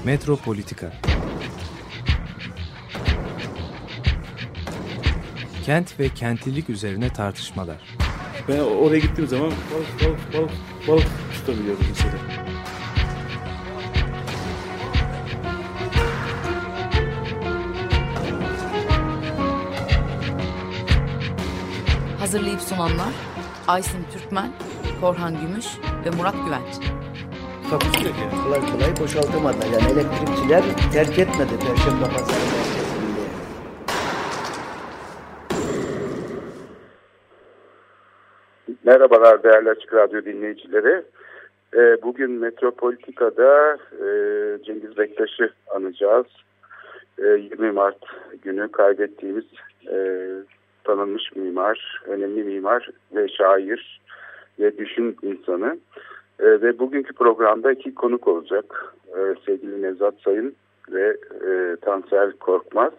Metropolitika. Kent ve kentlilik üzerine tartışmalar. Ben oraya gittiğim zaman balık tutabiliyorum mesela. Hazırlayıp sunanlar Aysin Türkmen, Korhan Gümüş ve Murat Güvenç. Takusuyor ki. Kolay boşaltamadı. Yani elektrikçiler terk etmedi Perşembe Pazarı merkezinde. Merhabalar değerli Açık Radyo dinleyicileri. Bugün Metropolitika'da Cengiz Bektaş'ı anacağız. 20 Mart günü kaybettiğimiz tanınmış mimar, önemli mimar ve şair ve düşün insanı. Ve bugünkü programda iki konuk olacak. Sevgili Nevzat Sayın ve Tansel Korkmaz.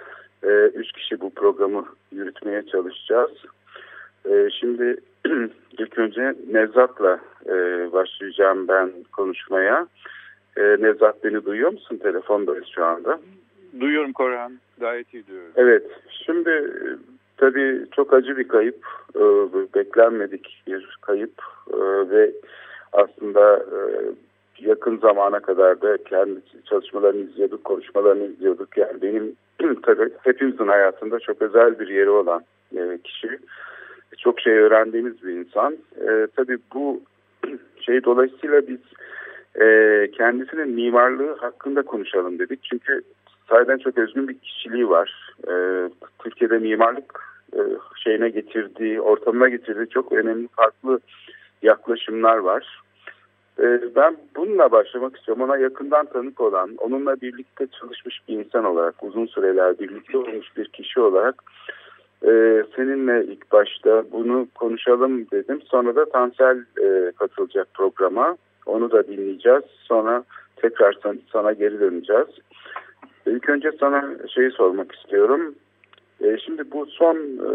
3 kişi bu programı yürütmeye çalışacağız. Şimdi ilk önce Nevzat'la başlayacağım ben konuşmaya. Nevzat, beni duyuyor musun? Telefondayız şu anda. Duyuyorum Korhan. Gayet iyi duyuyorum. Evet. Şimdi tabii çok acı bir kayıp. Beklenmedik bir kayıp. Ve aslında yakın zamana kadar da kendi çalışmalarını izliyorduk, konuşmalarını izliyorduk. Yani benim tabii hepimizin hayatında çok özel bir yeri olan kişi. Çok şey öğrendiğimiz bir insan. Tabii bu şey dolayısıyla biz kendisinin mimarlığı hakkında konuşalım dedik. Çünkü sahiden çok özgün bir kişiliği var. Türkiye'de mimarlık ortamına getirdiği çok önemli farklı yaklaşımlar var. Ben bununla başlamak istiyorum. Ona yakından tanık olan, onunla birlikte çalışmış bir insan olarak, uzun süreler birlikte olmuş bir kişi olarak seninle ilk başta bunu konuşalım dedim. Sonra da Tansel katılacak programa. Onu da dinleyeceğiz. Sonra tekrar sana geri döneceğiz. İlk önce sana şeyi sormak istiyorum. Şimdi bu son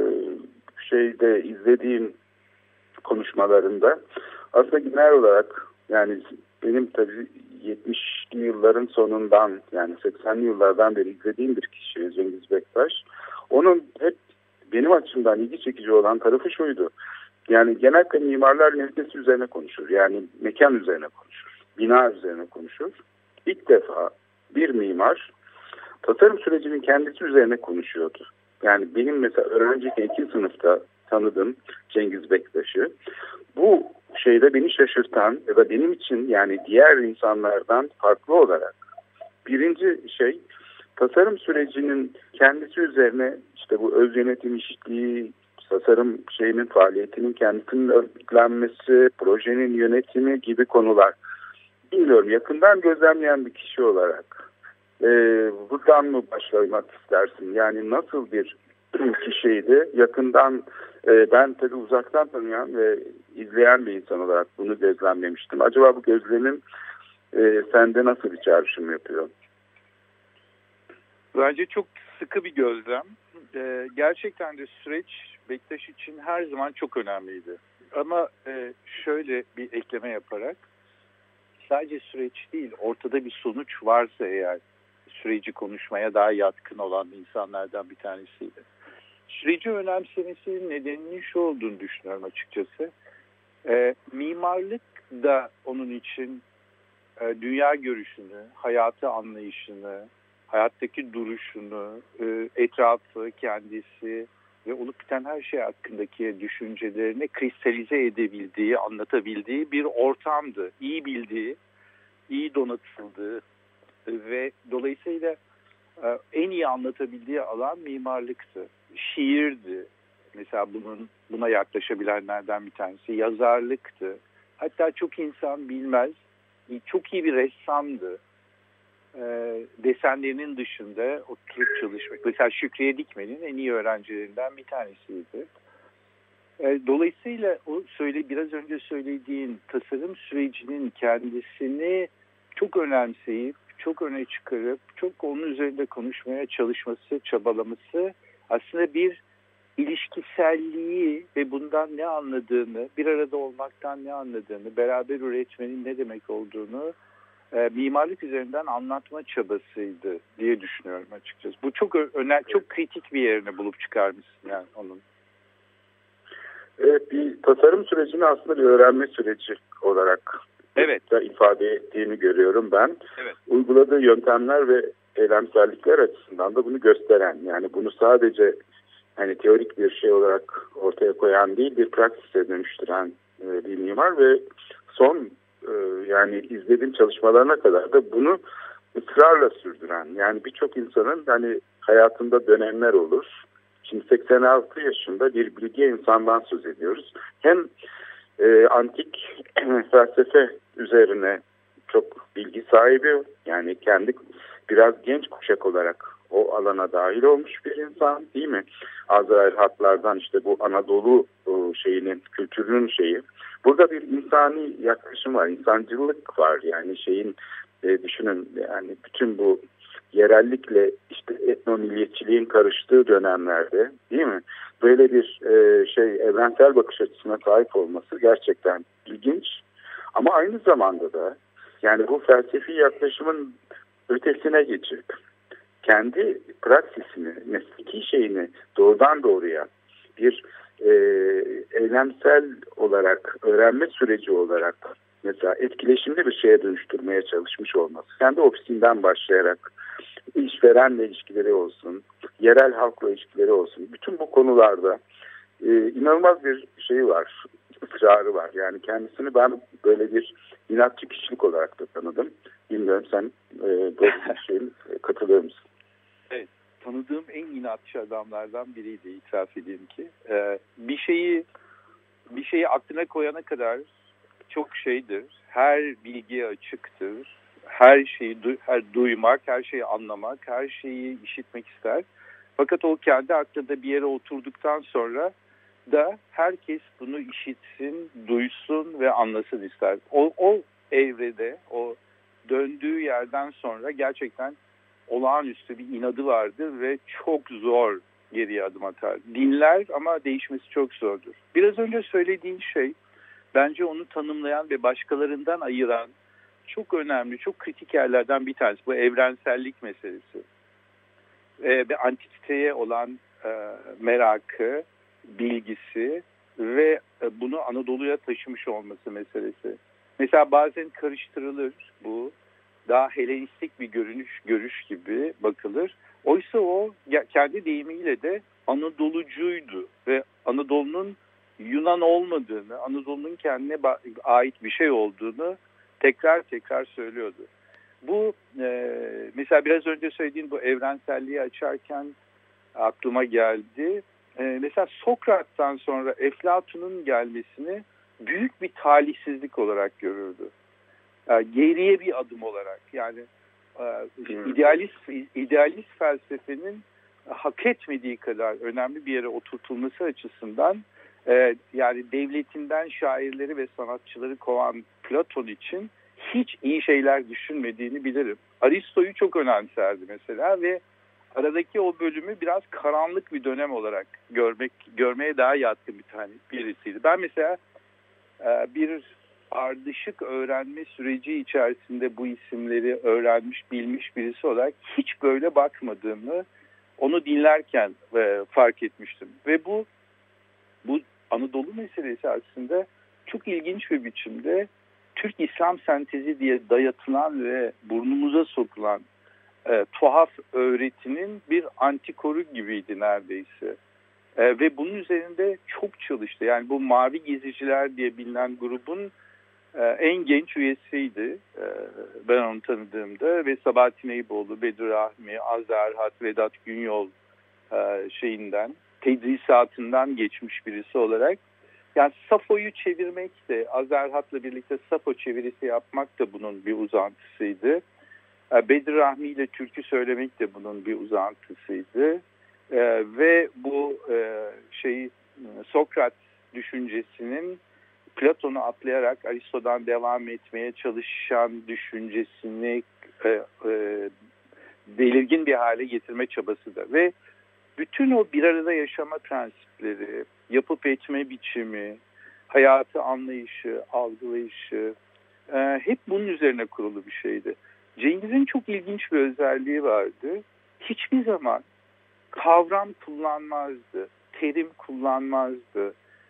şeyde izlediğim konuşmalarında aslında genel olarak, yani benim tabii 70'li yılların sonundan, yani 80'li yıllardan beri izlediğim bir kişi Cengiz Bektaş. Onun hep benim açımdan ilgi çekici olan tarafı şuydu. Yani genellikle mimarlar nesnesi üzerine konuşur. Yani mekan üzerine konuşur. Bina üzerine konuşur. İlk defa bir mimar tasarım sürecinin kendisi üzerine konuşuyordu. Yani benim mesela öğrenciyken 2. sınıfta tanıdığım Cengiz Bektaş'ı, bu şeyde beni şaşırtan ya da benim için yani diğer insanlardan farklı olarak birinci şey, tasarım sürecinin kendisi üzerine işte bu öz yönetim eşitliği, tasarım şeyinin faaliyetinin kendisinin örgütlenmesi, projenin yönetimi gibi konular. Bilmiyorum, yakından gözlemleyen bir kişi olarak buradan mı başlamak istersin? Yani nasıl bir kişiydi? Yakından ben tabii uzaktan tanıyan ve izleyen bir insan olarak bunu gözlemlemiştim. Acaba bu gözlemim sende nasıl bir çağrışım yapıyor? Bence çok sıkı bir gözlem. Gerçekten de süreç Bektaş için her zaman çok önemliydi. Ama şöyle bir ekleme yaparak, sadece süreç değil, ortada bir sonuç varsa eğer süreci konuşmaya daha yatkın olan insanlardan bir tanesiydi. Süreci önemsemesinin nedeninin şu olduğunu düşünüyorum açıkçası. Mimarlık da onun için dünya görüşünü, hayatı anlayışını, hayattaki duruşunu, etrafı, kendisi ve olup biten her şey hakkındaki düşüncelerini kristalize edebildiği, anlatabildiği bir ortamdı. İyi bildiği, iyi donatıldığı ve dolayısıyla en iyi anlatabildiği alan mimarlıktı. Şiirdi. Mesela buna yaklaşabilenlerden bir tanesi. Yazarlıktı. Hatta çok insan bilmez. Çok iyi bir ressamdı. Desenlerinin dışında oturup çalışmak. Mesela Şükriye Dikmen'in en iyi öğrencilerinden bir tanesiydi. Dolayısıyla o biraz önce söylediğin tasarım sürecinin kendisini çok önemseyip, çok öne çıkarıp, çok onun üzerinde konuşmaya çalışması, çabalaması aslında bir ilişkiselliği ve bundan ne anladığını, bir arada olmaktan ne anladığını, beraber üretmenin ne demek olduğunu mimarlık üzerinden anlatma çabasıydı diye düşünüyorum açıkçası. Bu çok çok kritik bir yerini bulup çıkarmışsın yani onun. Evet, bir tasarım sürecini aslında bir öğrenme süreci olarak da ifade ettiğini görüyorum ben. Evet. Uyguladığı yöntemler ve eylemsellikler açısından da bunu gösteren, yani bunu sadece hani teorik bir şey olarak ortaya koyan değil, bir praksise dönüştüren bir mimar ve son yani izlediğim çalışmalarına kadar da bunu ısrarla sürdüren, yani birçok insanın hani hayatında dönemler olur. Şimdi 86 yaşında bir bilge insandan söz ediyoruz. Hem antik felsefe üzerine çok bilgi sahibi, yani kendi biraz genç kuşak olarak o alana dahil olmuş bir insan, değil mi? Azerhatlardan işte bu Anadolu şeyinin, kültürünün şeyi. Burada bir insani yaklaşım var, insancılık var. Yani düşünün, yani bütün bu yerellikle işte etnomilliyetçiliğin karıştığı dönemlerde, değil mi? Böyle bir evrensel bakış açısına sahip olması gerçekten ilginç. Ama aynı zamanda da yani bu felsefi yaklaşımın ötesine geçip kendi praksisini, mesleki şeyini doğrudan doğruya bir eylemsel olarak, öğrenme süreci olarak mesela etkileşimli bir şeye dönüştürmeye çalışmış olması. Kendi ofisinden başlayarak işverenle ilişkileri olsun, yerel halkla ilişkileri olsun. Bütün bu konularda inanılmaz bir şey var, ısrarı var. Yani kendisini ben böyle bir inatçı kişilik olarak da tanıdım. Bilmiyorum, sen böyle bir şeyin katılıyor musun? Evet, tanıdığım en inatçı adamlardan biriydi, itiraf edeyim ki. Bir şeyi aklına koyana kadar çok şeydir. Her bilgiye açıktır. Her şeyi duymak, her şeyi anlamak, her şeyi işitmek ister. Fakat o kendi aklında bir yere oturduktan sonra da herkes bunu işitsin, duysun ve anlasın ister. O evrede, o döndüğü yerden sonra gerçekten olağanüstü bir inadı vardır ve çok zor geriye adım atar. Dinler ama değişmesi çok zordur. Biraz önce söylediğin şey bence onu tanımlayan ve başkalarından ayıran çok önemli, çok kritik yerlerden bir tanesi. Bu evrensellik meselesi. Ve antikiteye olan merakı, bilgisi ve bunu Anadolu'ya taşımış olması meselesi. Mesela bazen karıştırılır bu. Daha Helenistik bir görüş gibi bakılır. Oysa o kendi deyimiyle de Anadolucuydu ve Anadolu'nun Yunan olmadığını, Anadolu'nun kendine ait bir şey olduğunu tekrar söylüyordu. Bu mesela biraz önce söylediğin bu evrenselliği açarken aklıma geldi. Mesela Sokrat'tan sonra Eflatun'un gelmesini büyük bir talihsizlik olarak görürdü. Geriye bir adım olarak, yani idealist felsefenin hak etmediği kadar önemli bir yere oturtulması açısından yani devletinden şairleri ve sanatçıları kovan Platon için hiç iyi şeyler düşünmediğini bilirim. Aristo'yu çok önemserdi mesela ve aradaki o bölümü biraz karanlık bir dönem olarak görmeye daha yatkın birisiydi. Ben mesela bir ardışık öğrenme süreci içerisinde bu isimleri öğrenmiş, bilmiş birisi olarak hiç böyle bakmadığımı onu dinlerken fark etmiştim. Ve bu Anadolu meselesi aslında çok ilginç bir biçimde Türk-İslam sentezi diye dayatılan ve burnumuza sokulan tuhaf öğretinin bir antikoru gibiydi neredeyse. Ve bunun üzerinde çok çalıştı. Yani bu Mavi Geziciler diye bilinen grubun en genç üyesiydi ben onu tanıdığımda ve Sabahattin Eyüboğlu, Bedri Rahmi, Azerhat, Vedat Günyol tedrisatından geçmiş birisi olarak. Yani Safo'yu çevirmek de, Azerhat'la birlikte Safo çevirisi yapmak da bunun bir uzantısıydı. Bedri Rahmi ile türkü söylemek de bunun bir uzantısıydı. Ve bu Sokrat düşüncesinin Platon'u atlayarak Aristo'dan devam etmeye çalışan düşüncesini belirgin bir hale getirme çabası da ve bütün o bir arada yaşama prensipleri, yapıp etme biçimi, hayatı anlayışı, algılayışı, hep bunun üzerine kurulu bir şeydi. Cengiz'in çok ilginç bir özelliği vardı. Hiçbir zaman kavram kullanmazdı, terim kullanmazdı.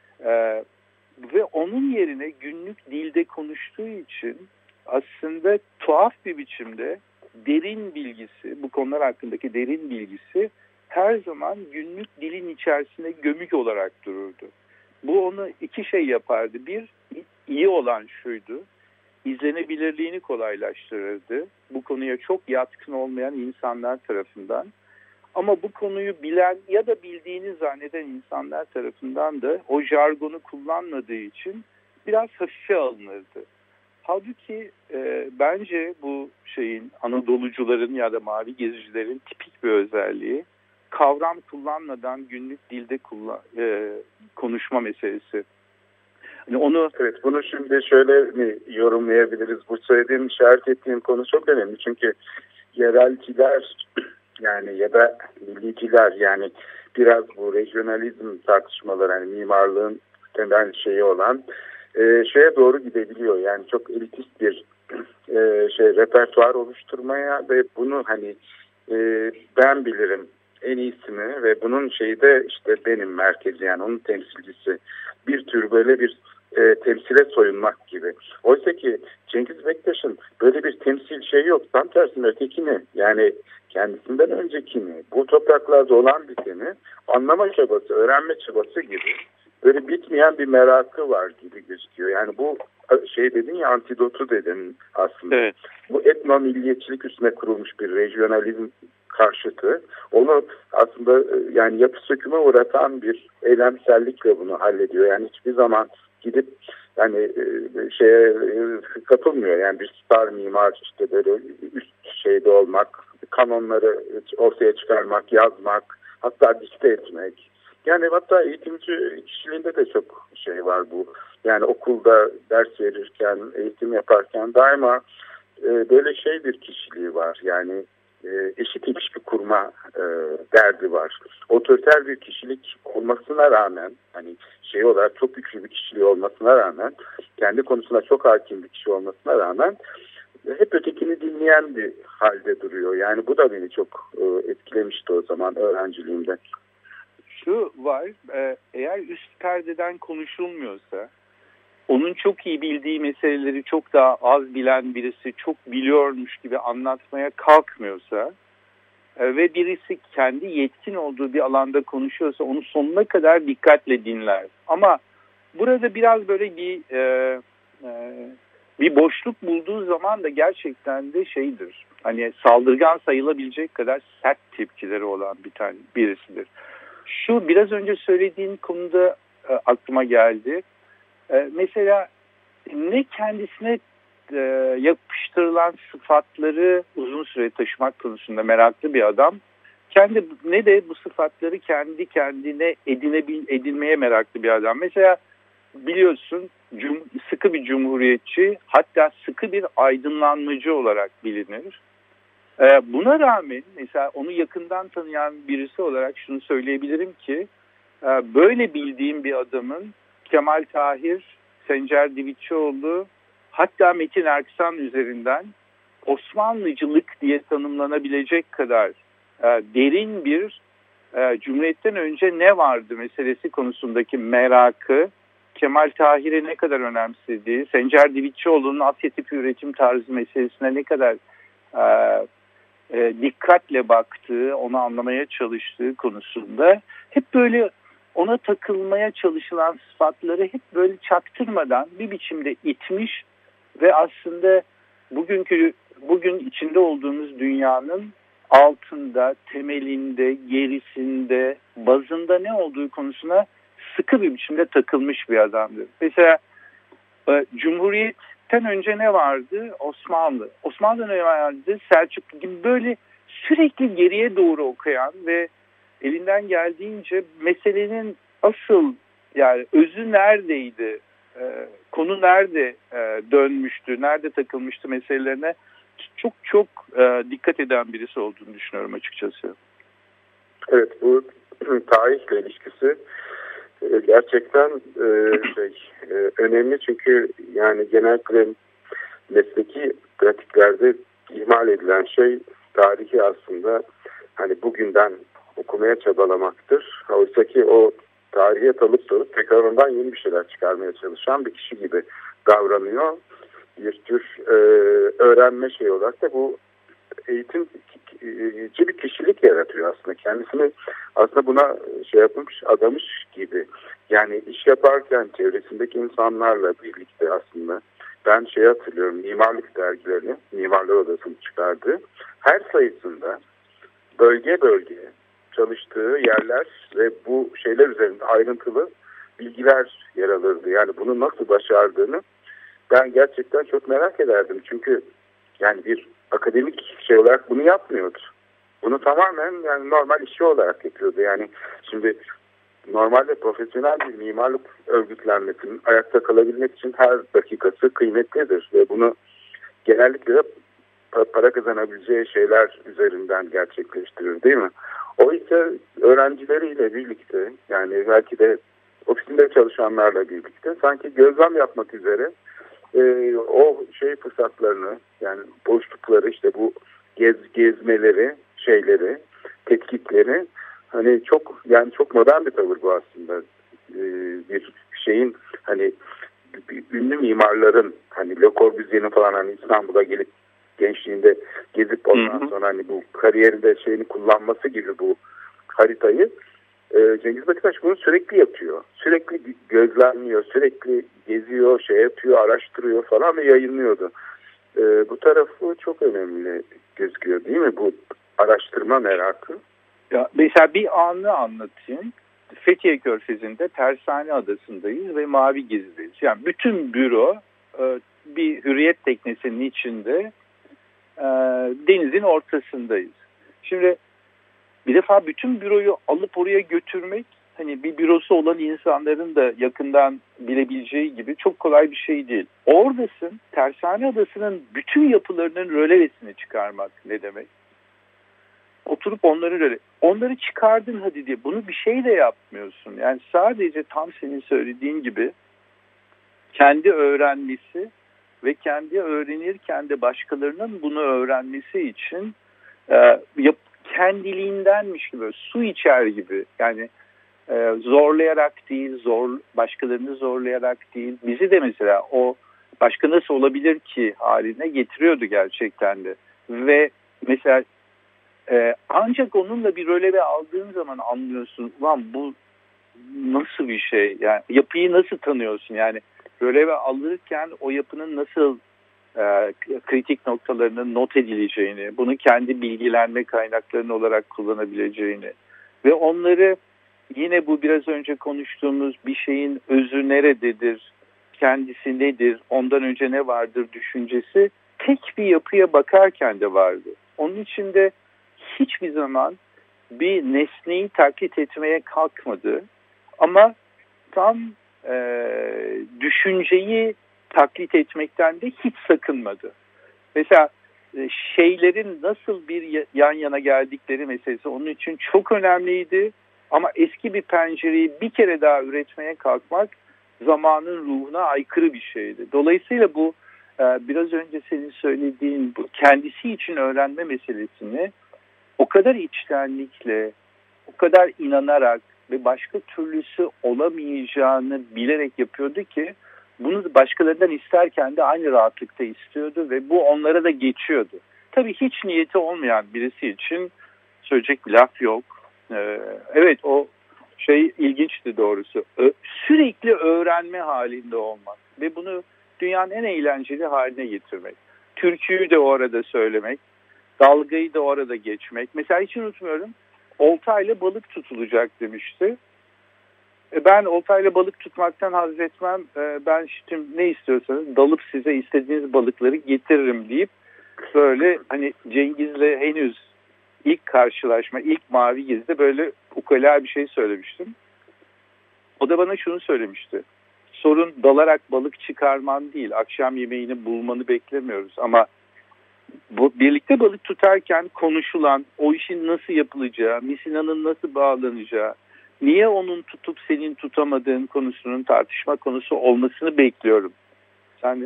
Ve onun yerine günlük dilde konuştuğu için aslında tuhaf bir biçimde derin bilgisi, bu konular hakkındaki derin bilgisi her zaman günlük dilin içerisinde gömük olarak dururdu. Bu onu iki şey yapardı. Bir, iyi olan şuydu, izlenebilirliğini kolaylaştırırdı. Bu konuya çok yatkın olmayan insanlar tarafından. Ama bu konuyu bilen ya da bildiğini zanneden insanlar tarafından da o jargonu kullanmadığı için biraz hafife alınırdı. Halbuki bence bu şeyin Anadolucuların ya da mavi gezicilerin tipik bir özelliği kavram kullanmadan günlük dilde konuşma meselesi. Yani onu... Evet, bunu şimdi şöyle mi yorumlayabiliriz? Bu söylediğim, işaret ettiğim konu çok önemli. Çünkü yerelciler yani ya da milliciler yani biraz bu regionalizm tartışmaları, yani mimarlığın temel şeyi olan şeye doğru gidebiliyor. Yani çok elitist bir repertuar oluşturmaya ve bunu hani ben bilirim en iyisini ve bunun şeyi de işte benim merkezi, yani onun temsilcisi, bir tür böyle bir temsile soyunmak gibi. Oysa ki Cengiz Bektaş'ın böyle bir temsil şeyi yok. Tam tersine ötekini, yani kendisinden öncekini, bu topraklarda olan biteni anlama çabası, öğrenme çabası gibi böyle bitmeyen bir merakı var gibi gözüküyor. Yani bu şey dedin ya, antidotu dedin aslında. Evet. Bu etnomilliyetçilik üstüne kurulmuş bir regionalizm karşıtı. Onu aslında yani yapı söküme uğratan bir eylemsellikle bunu hallediyor. Yani hiçbir zaman gidip yani şeye kapılmıyor. Yani bir star mimar, işte böyle üst şeyde olmak, kanonları ortaya çıkarmak, yazmak, hatta dikte etmek. Yani hatta eğitimci kişiliğinde de çok şey var bu. Yani okulda ders verirken, eğitim yaparken daima böyle şey bir kişiliği var. Yani eşit ilişki kurma derdi var. Otoriter bir kişilik olmasına rağmen, hani şey olarak çok güçlü bir kişiliği olmasına rağmen, kendi konusuna çok hakim bir kişi olmasına rağmen hep ötekini dinleyen bir halde duruyor. Yani bu da beni çok etkilemişti o zaman öğrenciliğimde. Şu var, eğer üst perdeden konuşulmuyorsa, onun çok iyi bildiği meseleleri çok daha az bilen birisi çok biliyormuş gibi anlatmaya kalkmıyorsa ve birisi kendi yetkin olduğu bir alanda konuşuyorsa onu sonuna kadar dikkatle dinler. Ama burada biraz böyle bir boşluk bulduğu zaman da gerçekten de şeydir. Hani saldırgan sayılabilecek kadar sert tepkileri olan birisidir. Şu biraz önce söylediğin konuda aklıma geldi. Mesela ne kendisine yapıştırılan sıfatları uzun süre taşımak konusunda meraklı bir adam, ne de bu sıfatları kendi kendine edinmeye meraklı bir adam. Mesela biliyorsun sıkı bir cumhuriyetçi, hatta sıkı bir aydınlanmacı olarak bilinir. Buna rağmen mesela onu yakından tanıyan birisi olarak şunu söyleyebilirim ki böyle bildiğim bir adamın Kemal Tahir, Sencer Divitçioğlu, hatta Metin Erksan üzerinden Osmanlıcılık diye tanımlanabilecek kadar derin bir Cumhuriyet'ten önce ne vardı meselesi konusundaki merakı, Kemal Tahir'e ne kadar önemsediği, Sencer Divitçioğlu'nun Asya tipi üretim tarzı meselesine ne kadar dikkatle baktığı, onu anlamaya çalıştığı konusunda hep böyle ona takılmaya çalışılan sıfatları hep böyle çaktırmadan bir biçimde itmiş ve aslında bugün içinde olduğumuz dünyanın altında, temelinde, gerisinde, bazında ne olduğu konusuna sıkı bir biçimde takılmış bir adamdır. Mesela Cumhuriyet'ten önce ne vardı? Osmanlı. Osmanlı'da ne vardı? Selçuklu gibi böyle sürekli geriye doğru okuyan ve elinden geldiğince meselenin asıl, yani özü neredeydi, konu nerede dönmüştü, nerede takılmıştı meselelerine çok dikkat eden birisi olduğunu düşünüyorum açıkçası. Evet, bu tarihle ilişkisi gerçekten önemli, çünkü yani genellikle mesleki pratiklerde ihmal edilen şey tarihi aslında hani bugünden okumaya çabalamaktır. Oysa ki o tarihe dalıp tekrar ondan yeni bir şeyler çıkarmaya çalışan bir kişi gibi davranıyor. Bir tür öğrenme şeyi olarak da bu eğitimci bir kişilik yaratıyor aslında. Kendisini aslında buna şey yapmış, adamış gibi. Yani iş yaparken çevresindeki insanlarla birlikte aslında ben hatırlıyorum, mimarlık dergilerini, Mimarlar Odası'nın çıkardığı her sayısında bölge bölge çalıştığı yerler ve bu şeyler üzerinde ayrıntılı bilgiler yer alırdı. Yani bunu nasıl başardığını ben gerçekten çok merak ederdim. Çünkü yani bir akademik şey olarak bunu yapmıyordu. Bunu tamamen yani normal işi olarak yapıyordu. Yani şimdi normalde profesyonel bir mimarlık örgütlenmesinin ayakta kalabilmek için her dakikası kıymetlidir. Ve bunu genellikle para kazanabileceği şeyler üzerinden gerçekleştirir, değil mi? O ise öğrencileriyle birlikte, yani belki de ofisinde çalışanlarla birlikte sanki gözlem yapmak üzere o fırsatlarını, yani boşlukları, işte bu gezmeleri, şeyleri, tetkikleri, hani çok modern bir tavır bu aslında. Bir şeyin, hani ünlü mimarların, hani Le Corbusier'in falan hani İstanbul'a gelip gençliğinde gezip ondan sonra hani bu kariyerinde kullanması gibi bu haritayı Cengiz Bakıtaş bunu sürekli yapıyor. Sürekli gözlemliyor, sürekli geziyor, yapıyor, araştırıyor falan ve yayınlıyordu. Bu tarafı çok önemli gözüküyor, değil mi? Bu araştırma merakı. Ya mesela bir anı anlatayım. Fethiye Körfezi'nde Tersane Adası'ndayız ve Mavi Gezi'deyiz. Yani bütün büro bir hürriyet teknesinin içinde denizin ortasındayız. Şimdi bir defa bütün büroyu alıp oraya götürmek, hani bir bürosu olan insanların da yakından bilebileceği gibi çok kolay bir şey değil. Oradasın, Tersane Adası'nın bütün yapılarının rölevesini çıkarmak ne demek? Oturup onları çıkardın hadi diye. Bunu bir şey de yapmıyorsun. Yani sadece tam senin söylediğin gibi kendi öğrenmesi ve kendi öğrenirken de başkalarının bunu öğrenmesi için kendiliğindenmiş gibi, su içer gibi, yani zorlayarak değil, başkalarını zorlayarak değil, bizi de mesela o başka nasıl olabilir ki haline getiriyordu gerçekten de. Ve mesela ancak onunla bir röleve aldığın zaman anlıyorsun, ulan bu nasıl bir şey, yani yapıyı nasıl tanıyorsun, yani röleve alırken o yapının nasıl kritik noktalarının not edileceğini, bunu kendi bilgilenme kaynaklarını olarak kullanabileceğini ve onları yine bu biraz önce konuştuğumuz bir şeyin özü nerededir, kendisi nedir, ondan önce ne vardır düşüncesi tek bir yapıya bakarken de vardı. Onun için de hiçbir zaman bir nesneyi taklit etmeye kalkmadı ama tam düşünceyi taklit etmekten de hiç sakınmadı. Mesela şeylerin nasıl bir yan yana geldikleri meselesi onun için çok önemliydi. Ama eski bir pencereyi bir kere daha üretmeye kalkmak zamanın ruhuna aykırı bir şeydi. Dolayısıyla bu biraz önce senin söylediğin bu kendisi için öğrenme meselesini o kadar içtenlikle, o kadar inanarak ve başka türlüsü olamayacağını bilerek yapıyordu ki bunu başkalarından isterken de aynı rahatlıkta istiyordu ve bu onlara da geçiyordu. Tabii hiç niyeti olmayan birisi için söyleyecek bir laf yok. Evet, o şey ilginçti doğrusu. Sürekli öğrenme halinde olmak ve bunu dünyanın en eğlenceli haline getirmek. Türküyü de o arada söylemek, dalgayı da orada geçmek. Mesela hiç unutmuyorum, oltayla balık tutulacak demişti. Ben oltayla balık tutmaktan haz etmem. Ben şimdi ne istiyorsanız dalıp size istediğiniz balıkları getiririm deyip böyle hani Cengiz'le henüz ilk karşılaşma, ilk Mavi Gezi'de böyle ukala bir şey söylemiştim. O da bana şunu söylemişti. Sorun dalarak balık çıkarman değil, akşam yemeğini bulmanı beklemiyoruz. Ama birlikte balık tutarken konuşulan, o işin nasıl yapılacağı, misinanın nasıl bağlanacağı, niye onun tutup senin tutamadığın konusunun tartışma konusu olmasını bekliyorum. Sen de?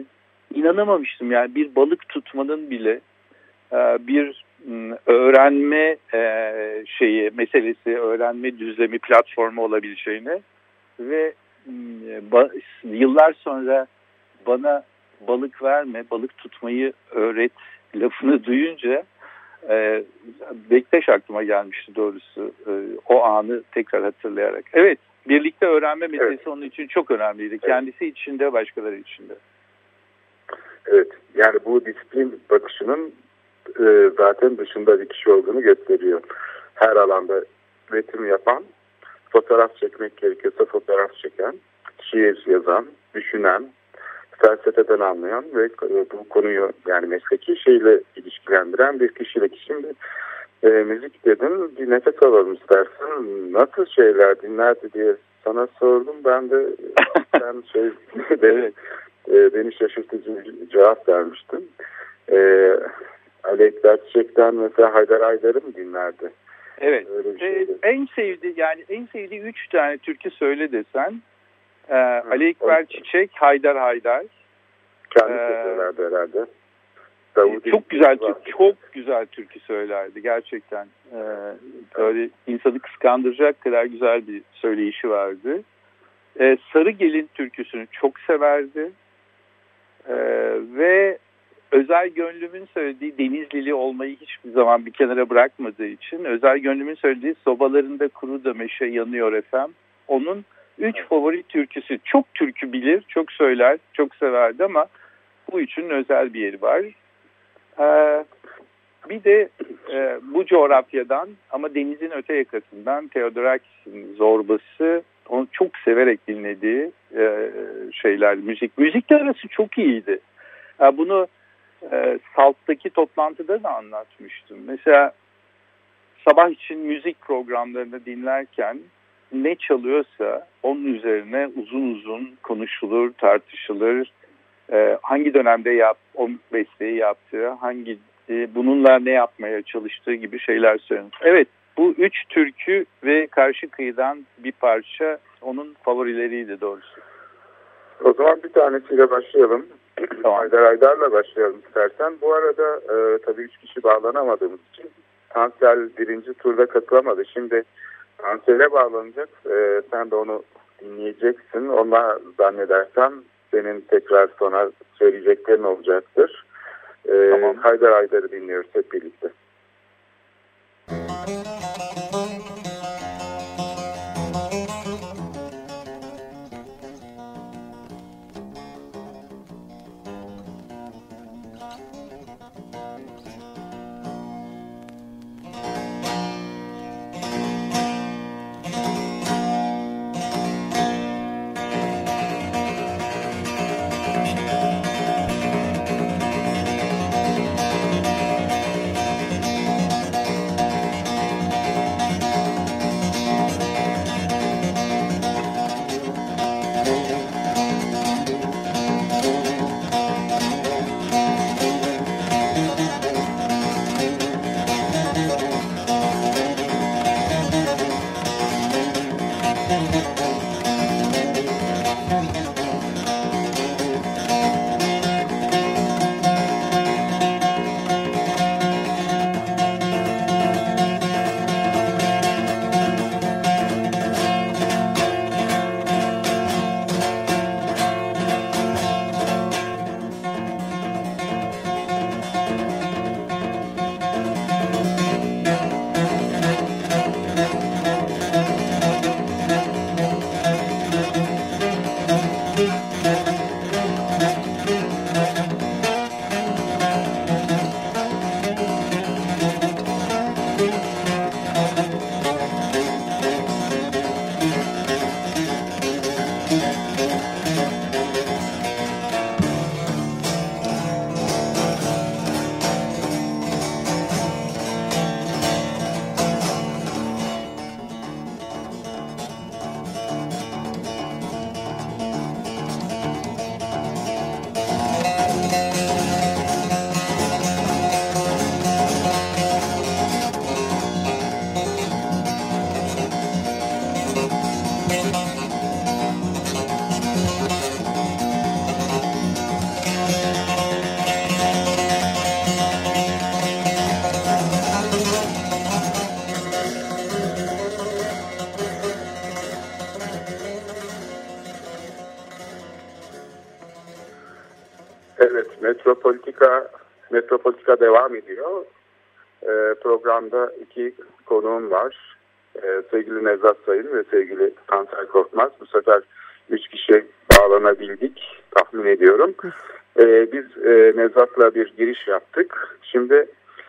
inanamamıştım. Yani bir balık tutmanın bile bir öğrenme meselesi, öğrenme düzlemi, platformu olabileceğine ve yıllar sonra bana balık verme, balık tutmayı öğret lafını duyunca Bektaş aklıma gelmişti doğrusu, o anı tekrar hatırlayarak. Evet, birlikte öğrenme meselesi onun için çok önemliydi. Kendisi için de, başkaları için de. Evet, yani bu disiplin bakışının zaten dışında bir kişi olduğunu gösteriyor. Her alanda üretim yapan, fotoğraf çekmek gerekiyorsa fotoğraf çeken, şiir yazan, düşünen, felsefeden anlayan ve bu konuyu yani mesleki şeyle ilişkilendiren bir kişilik. Şimdi müzik dedim, bir nefes alalım istersen. Nasıl şeyler dinlerdi diye sana sordum. Ben de sen evet. Beni şaşırtıcı bir cevap vermiştim. Ali Ekber Çiçek'ten mesela Haydar Haydar'ı mı dinlerdi? Evet. En sevdiği 3 tane türkü söyle desen. Ali Ekber Çiçek, Haydar Haydar. Kendi söylerdi herhalde. Çok güzel türkü söylerdi gerçekten. Böyle insanı kıskandıracak kadar güzel bir söyleyişi vardı. Sarı Gelin türküsünü çok severdi. Ve Özel Gönlüm'ün söylediği Denizlili olmayı hiçbir zaman bir kenara bırakmadığı için Özel Gönlüm'ün söylediği Sobalarında Kuru da Meşe Yanıyor Efem. Onun 3 favori türküsü. Çok türkü bilir, çok söyler, çok severdi ama bu üçünün özel bir yeri var. Bir de bu coğrafyadan ama denizin öte yakasından Theodorakis'in Zorbası, onu çok severek dinlediği şeyler, müzik. Müzikle arası çok iyiydi. Bunu Salt'taki toplantıda da anlatmıştım. Mesela sabah için müzik programlarını dinlerken ne çalıyorsa onun üzerine uzun uzun konuşulur, tartışılır. Hangi dönemde o besteyi yaptığı, bununla ne yapmaya çalıştığı gibi şeyler söylenir. Evet, bu 3 türkü ve Karşı Kıyı'dan bir parça onun favorileriydi doğrusu. O zaman bir tanesiyle başlayalım. Tamam. Haydar Haydar'la başlayalım istersen. Bu arada tabii 3 kişi bağlanamadığımız için Tansel 1. turda katılamadı. Şimdi Tansel'e bağlanacak. Sen de onu dinleyeceksin. Ona zannedersem senin tekrar sonra söyleyeceklerin olacaktır. Tamam. Haydar Haydar'ı dinliyoruz hep birlikte. Evet, Metropolitika devam ediyor. Programda 2 konuğum var. Sevgili Nevzat Sayın ve sevgili Tansel Korkmaz. Bu sefer 3 kişi bağlanabildik, tahmin ediyorum. Biz Nevzat'la bir giriş yaptık. Şimdi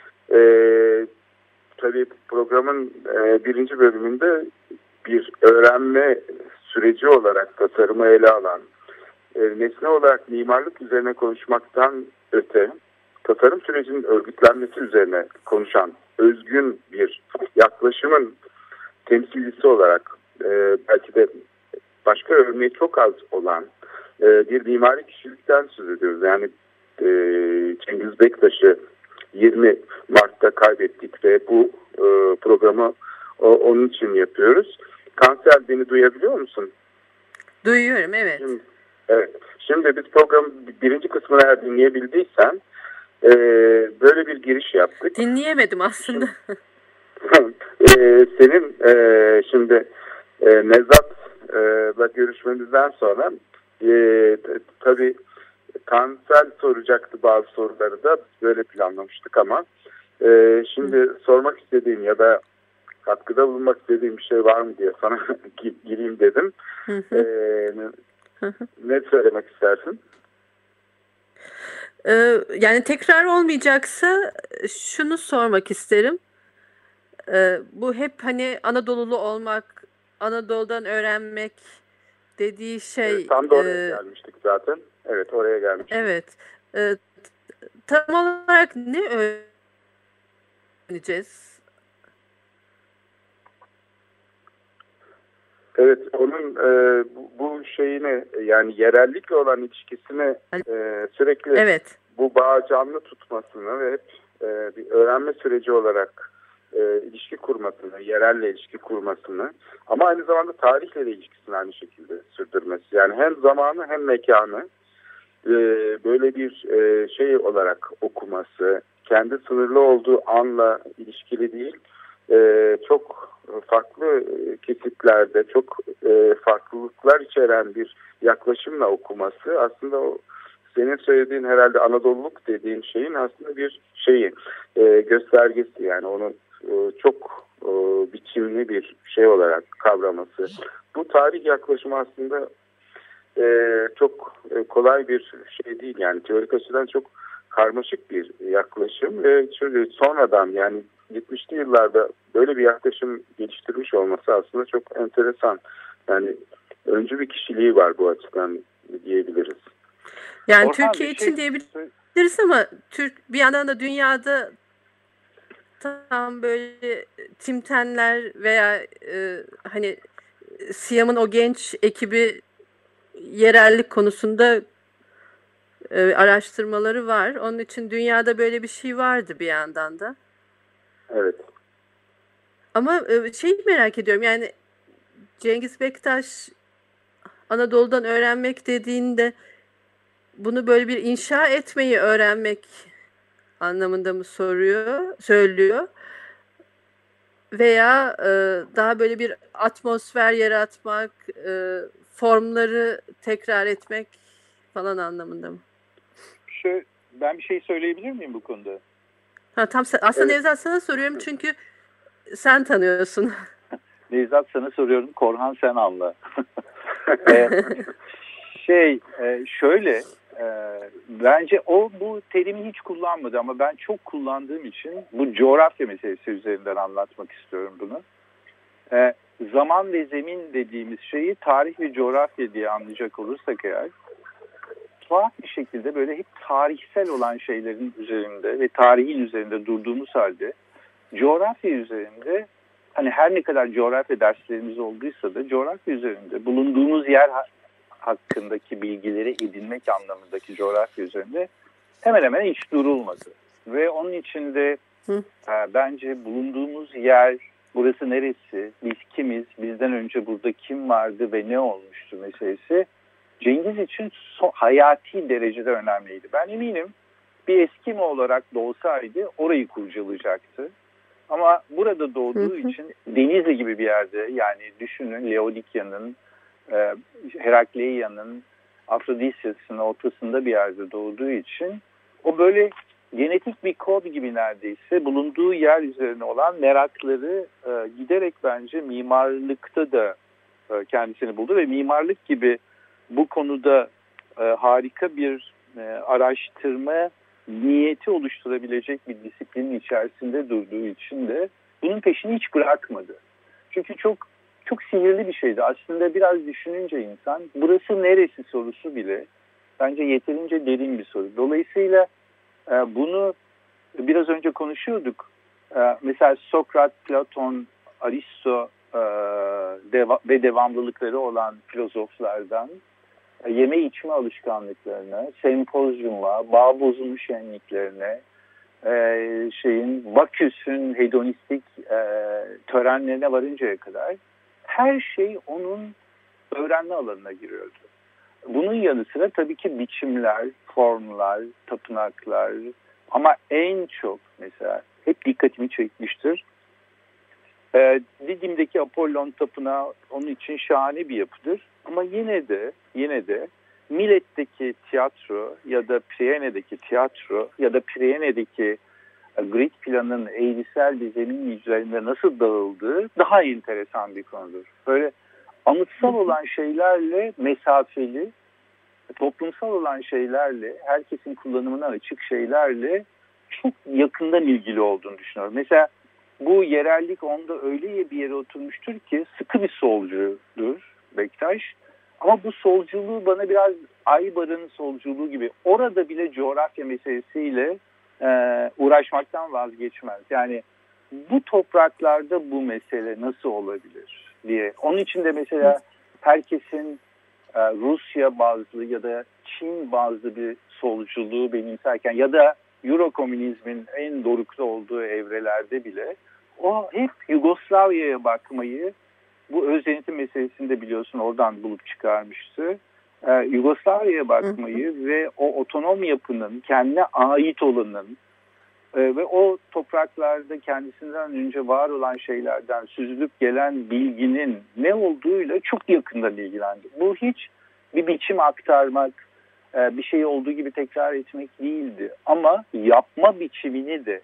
tabii programın 1. bölümünde bir öğrenme süreci olarak tasarımı ele alan, nesne olarak mimarlık üzerine konuşmaktan öte, tasarım sürecinin örgütlenmesi üzerine konuşan özgün bir yaklaşımın temsilcisi olarak belki de başka örneği çok az olan bir mimari kişilikten söz ediyoruz. Yani Cengiz Bektaş'ı 20 Mart'ta kaybettik ve bu programı onun için yapıyoruz. Tansel, beni duyabiliyor musun? Duyuyorum, evet. Şimdi biz programın 1. kısmını eğer dinleyebildiysen böyle bir giriş yaptık. Dinleyemedim aslında. Senin şimdi Nevzat'la görüşmemizden sonra tabii Tansel soracaktı bazı soruları da böyle planlamıştık ama şimdi sormak istediğim ya da katkıda bulunmak istediğim bir şey var mı diye sana gireyim dedim. Ne söylemek istersin? Yani tekrar olmayacaksa şunu sormak isterim. Bu hep hani Anadolulu olmak, Anadolu'dan öğrenmek dediği şey. Tam da oraya gelmiştik zaten. Evet, oraya gelmiştik. Evet. Tam olarak ne öğreneceğiz? Evet, onun bu şeyini, yani yerellikle olan ilişkisini sürekli bu bağı canlı tutmasını ve hep bir öğrenme süreci olarak ilişki kurmasını, yerelle ilişki kurmasını ama aynı zamanda tarihle de ilişkisini aynı şekilde sürdürmesi. Yani hem zamanı hem mekanı böyle bir şey olarak okuması, kendi sınırlı olduğu anla ilişkili değil, çok farklı kesitlerde, çok farklılıklar içeren bir yaklaşımla okuması aslında o senin söylediğin herhalde Anadoluluk dediğin şeyin aslında bir şeyi, göstergesi, yani onun çok biçimli bir şey olarak kavraması. Bu tarih yaklaşımı aslında çok kolay bir şey değil, yani teorik açıdan çok karmaşık bir yaklaşım ve sonradan, yani 70'li yıllarda böyle bir yaklaşım geliştirmiş olması aslında çok enteresan. Yani öncü bir kişiliği var bu açıdan diyebiliriz. Yani Orhan, Türkiye için diyebiliriz ama bir yandan da dünyada tam böyle Timtenler veya hani Siyam'ın o genç ekibi yerellik konusunda araştırmaları var. Onun için dünyada böyle bir şey vardı bir yandan da. Evet. Ama şeyi merak ediyorum, yani Cengiz Bektaş Anadolu'dan öğrenmek dediğinde bunu böyle bir inşa etmeyi öğrenmek anlamında mı söylüyor? Veya daha böyle bir atmosfer yaratmak, formları tekrar etmek falan anlamında mı? Ben bir şey söyleyebilir miyim bu konuda? Aslında Nevzat sana soruyorum çünkü sen tanıyorsun. Nevzat sana soruyorum, Korhan sen anla. Şöyle, bence o bu terimi hiç kullanmadı ama ben çok kullandığım için bu coğrafya meselesi üzerinden anlatmak istiyorum bunu. Zaman ve zemin dediğimiz şeyi tarih ve coğrafya diye anlayacak olursak eğer, tuhaf bir şekilde böyle hep tarihsel olan şeylerin üzerinde ve tarihin üzerinde durduğumuz halde coğrafya üzerinde, hani her ne kadar coğrafya derslerimiz olduysa da coğrafya üzerinde bulunduğumuz yer hakkındaki bilgileri edinmek anlamındaki coğrafya üzerinde hemen hemen hiç durulmadı. Ve onun içinde bence bulunduğumuz yer, burası neresi, biz kimiz, bizden önce burada kim vardı ve ne olmuştu meselesi Cengiz için hayati derecede önemliydi. Ben eminim bir Eskimo olarak doğsaydı orayı kurcalayacaktı. Ama burada doğduğu için Denizli gibi bir yerde, yani düşünün Laodikya'nın, Herakleia'nın, Afrodisyas'ın ortasında bir yerde doğduğu için o böyle genetik bir kod gibi neredeyse bulunduğu yer üzerine olan merakları giderek bence mimarlıkta da kendisini buldu ve mimarlık gibi bu konuda harika bir araştırma niyeti oluşturabilecek bir disiplinin içerisinde durduğu için de bunun peşini hiç bırakmadı. Çünkü çok sihirli bir şeydi. Aslında biraz düşününce insan burası neresi sorusu bile bence yeterince derin bir soru. Dolayısıyla bunu biraz önce konuşuyorduk. Mesela Sokrat, Platon, Aristo ve devamlılıkları olan filozoflardan yeme içme alışkanlıklarına, sempozyuma, bağ bozumu şenliklerine, Baküs'ün hedonistik törenlerine varıncaya kadar her şey onun öğrenme alanına giriyordu. Bunun yanı sıra tabii ki biçimler, formlar, tapınaklar ama en çok mesela hep dikkatimi çekmiştir. Didim'deki Apollon Tapınağı onun için şahane bir yapıdır. Ama yine de Milet'teki tiyatro ya da Priene'deki tiyatro ya da Priene'deki grid planının eğrisel bir zemin üzerinde nasıl dağıldığı daha enteresan bir konudur. Böyle anıtsal olan şeylerle mesafeli, toplumsal olan şeylerle, herkesin kullanımına açık şeylerle çok yakından ilgili olduğunu düşünüyorum. Mesela bu yerellik onda öyle bir yere oturmuştur ki sıkı bir solcudur Bektaş. Ama bu solculuğu bana biraz Aybar'ın solculuğu gibi orada bile coğrafya meselesiyle uğraşmaktan vazgeçmez. Yani bu topraklarda bu mesele nasıl olabilir diye. Onun için de mesela herkesin Rusya bazlı ya da Çin bazlı bir solculuğu benimserken ya da Eurokomünizmin en dorukta olduğu evrelerde bile o hep Yugoslavya'ya bakmayı, bu öz denetim meselesinde biliyorsun oradan bulup çıkarmıştı. Yugoslavya'ya bakmayı ve o otonom yapının, kendine ait olanın ve o topraklarda kendisinden önce var olan şeylerden süzülüp gelen bilginin ne olduğuyla çok yakından ilgilendi. Bu hiç bir biçim aktarmak, bir şey olduğu gibi tekrar etmek değildi. Ama yapma biçimini de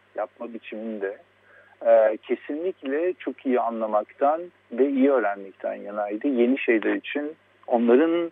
kesinlikle çok iyi anlamaktan ve iyi öğrenmekten yanaydı. Yeni şeyler için onların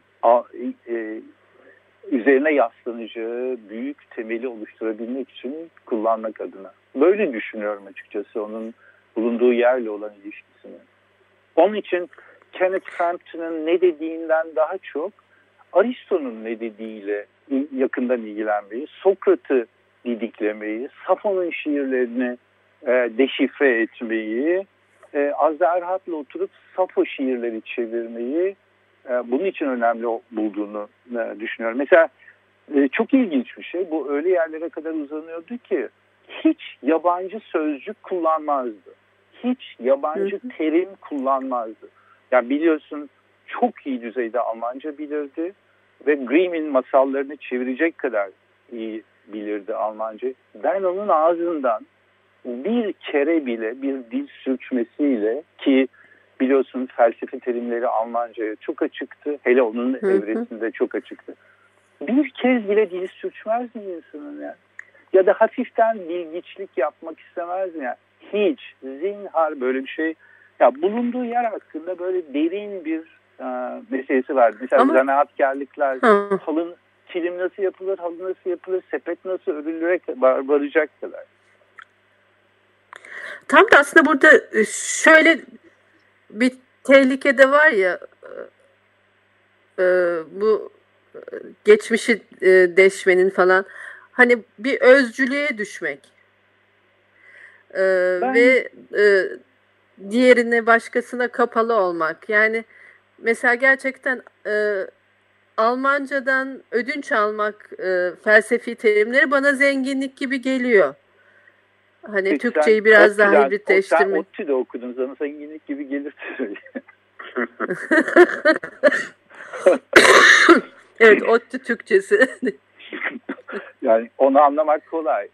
üzerine yaslanacağı büyük temeli oluşturabilmek için kullanmak adına. Böyle düşünüyorum açıkçası onun bulunduğu yerle olan ilişkisini. Onun için Kenneth Frampton'ın ne dediğinden daha çok Aristo'nun ne dediğiyle yakından ilgilenmeyi, Sokrat'ı didiklemeyi, Safo'nun şiirlerini deşifre etmeyi, Azerhat'la oturup Safo şiirleri çevirmeyi bunun için önemli bulduğunu düşünüyorum. Mesela çok ilginç bir şey. Bu öyle yerlere kadar uzanıyordu ki hiç yabancı sözcük kullanmazdı. Hiç yabancı terim kullanmazdı. Yani biliyorsun çok iyi düzeyde Almanca bilirdi ve Grimm'in masallarını çevirecek kadar iyi bilirdi Almanca. Ben onun ağzından bir kere bile bir dil sürçmesiyle, ki biliyorsun felsefe terimleri Almanca'ya çok açıktı. Hele onun evresinde çok açıktı. Bir kez bile dil sürçmez mi insanın yani? Ya da hafiften bilgiçlik yapmak istemez mi yani? Hiç. Zinhar böyle bir şey. Ya bulunduğu yer hakkında böyle derin bir meselesi var. Mesela zanaatkarlıklar, kilim nasıl yapılır, halı nasıl yapılır, sepet nasıl örülüre varacak kadar. Tam da aslında burada şöyle bir tehlike de var ya, bu geçmişi deşmenin falan, hani bir özcülüğe düşmek ve diğerine, başkasına kapalı olmak. Yani mesela gerçekten Almancadan ödünç almak felsefi terimleri bana zenginlik gibi geliyor. Hani peki Türkçeyi biraz daha hibritleştirmek. Sen ODTÜ'de okudun, sana zenginlik gibi gelir. Evet, ODTÜ Türkçesi. Yani onu anlamak kolay.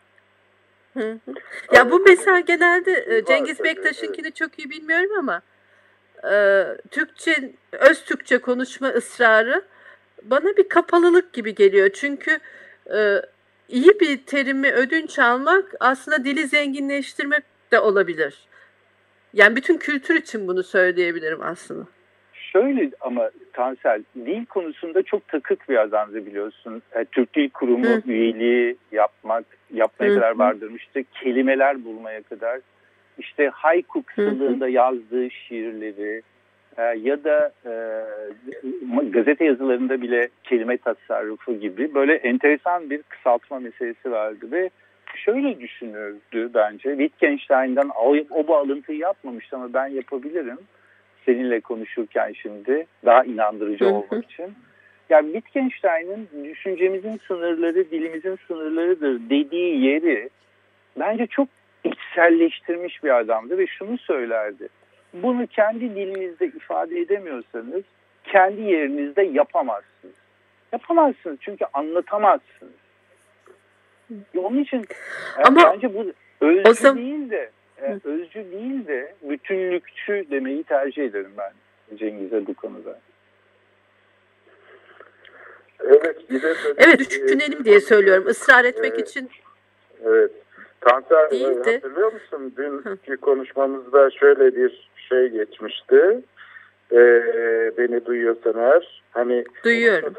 Ya bu mesela genelde Cengiz Bektaş'ınkini çok iyi bilmiyorum ama Türkçe, öz Türkçe konuşma ısrarı bana bir kapalılık gibi geliyor. Çünkü iyi bir terimi ödünç almak aslında dili zenginleştirmek de olabilir. Yani bütün kültür için bunu söyleyebilirim aslında. Şöyle ama Tansel, dil konusunda çok takık bir adamdı biliyorsun. Türk Dil Kurumu üyeliği yapmaya kadar vardırmıştı. Kelimeler bulmaya kadar. İşte haiku kısalığında yazdığı şiirleri ya da gazete yazılarında bile kelime tasarrufu gibi böyle enteresan bir kısaltma meselesi vardı ve şöyle düşünürdü bence. Wittgenstein'den o bağlantıyı yapmamıştı ama ben yapabilirim. Seninle konuşurken şimdi daha inandırıcı olmak için. Yani Wittgenstein'in düşüncemizin sınırları, dilimizin sınırlarıdır dediği yeri bence çok içselleştirmiş bir adamdı ve şunu söylerdi. Bunu kendi dilinizde ifade edemiyorsanız kendi yerinizde yapamazsınız. Yapamazsınız çünkü anlatamazsınız. Onun için ama bence bu özcü değil de bütünlükçü demeyi tercih ederim ben Cengiz'e bu konuda. Evet, düşünelim diye söylüyorum. Israr etmek için. Evet. Tansel, hatırlıyor musun? Dünkü konuşmamızda şöyle bir şey geçmişti. Beni duyuyorsan eğer. Hani duyuyorum.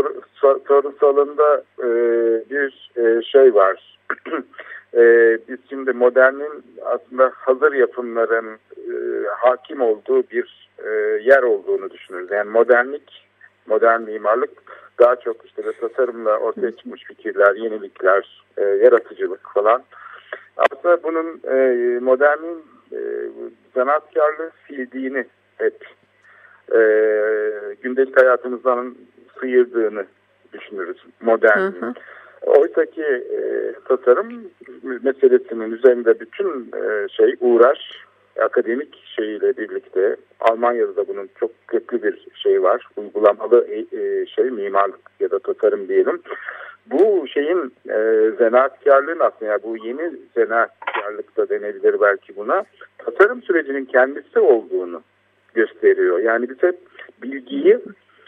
Sorusalında bir şey var. Biz şimdi modernin aslında hazır yapımların hakim olduğu bir yer olduğunu düşünürüz. Yani modern mimarlık daha çok işte de tasarımla ortaya çıkmış fikirler, yenilikler, yaratıcılık falan. Aslında bunun modernin zanaatkarlığı sildiğini hep gündelik hayatımızdan sıyırdığını düşünürüz modernin. Oysa ki tasarım meselesinin üzerinde bütün uğraş akademik şeyiyle birlikte Almanya'da da bunun çok köklü bir şey var. Uygulamalı mimarlık ya da tasarım diyelim. Bu şeyin zanaatkarlığın aslında yani bu yeni zanaatkarlık da denebilir belki buna. Tasarım sürecinin kendisi olduğunu gösteriyor. Yani biz hep bilgiyi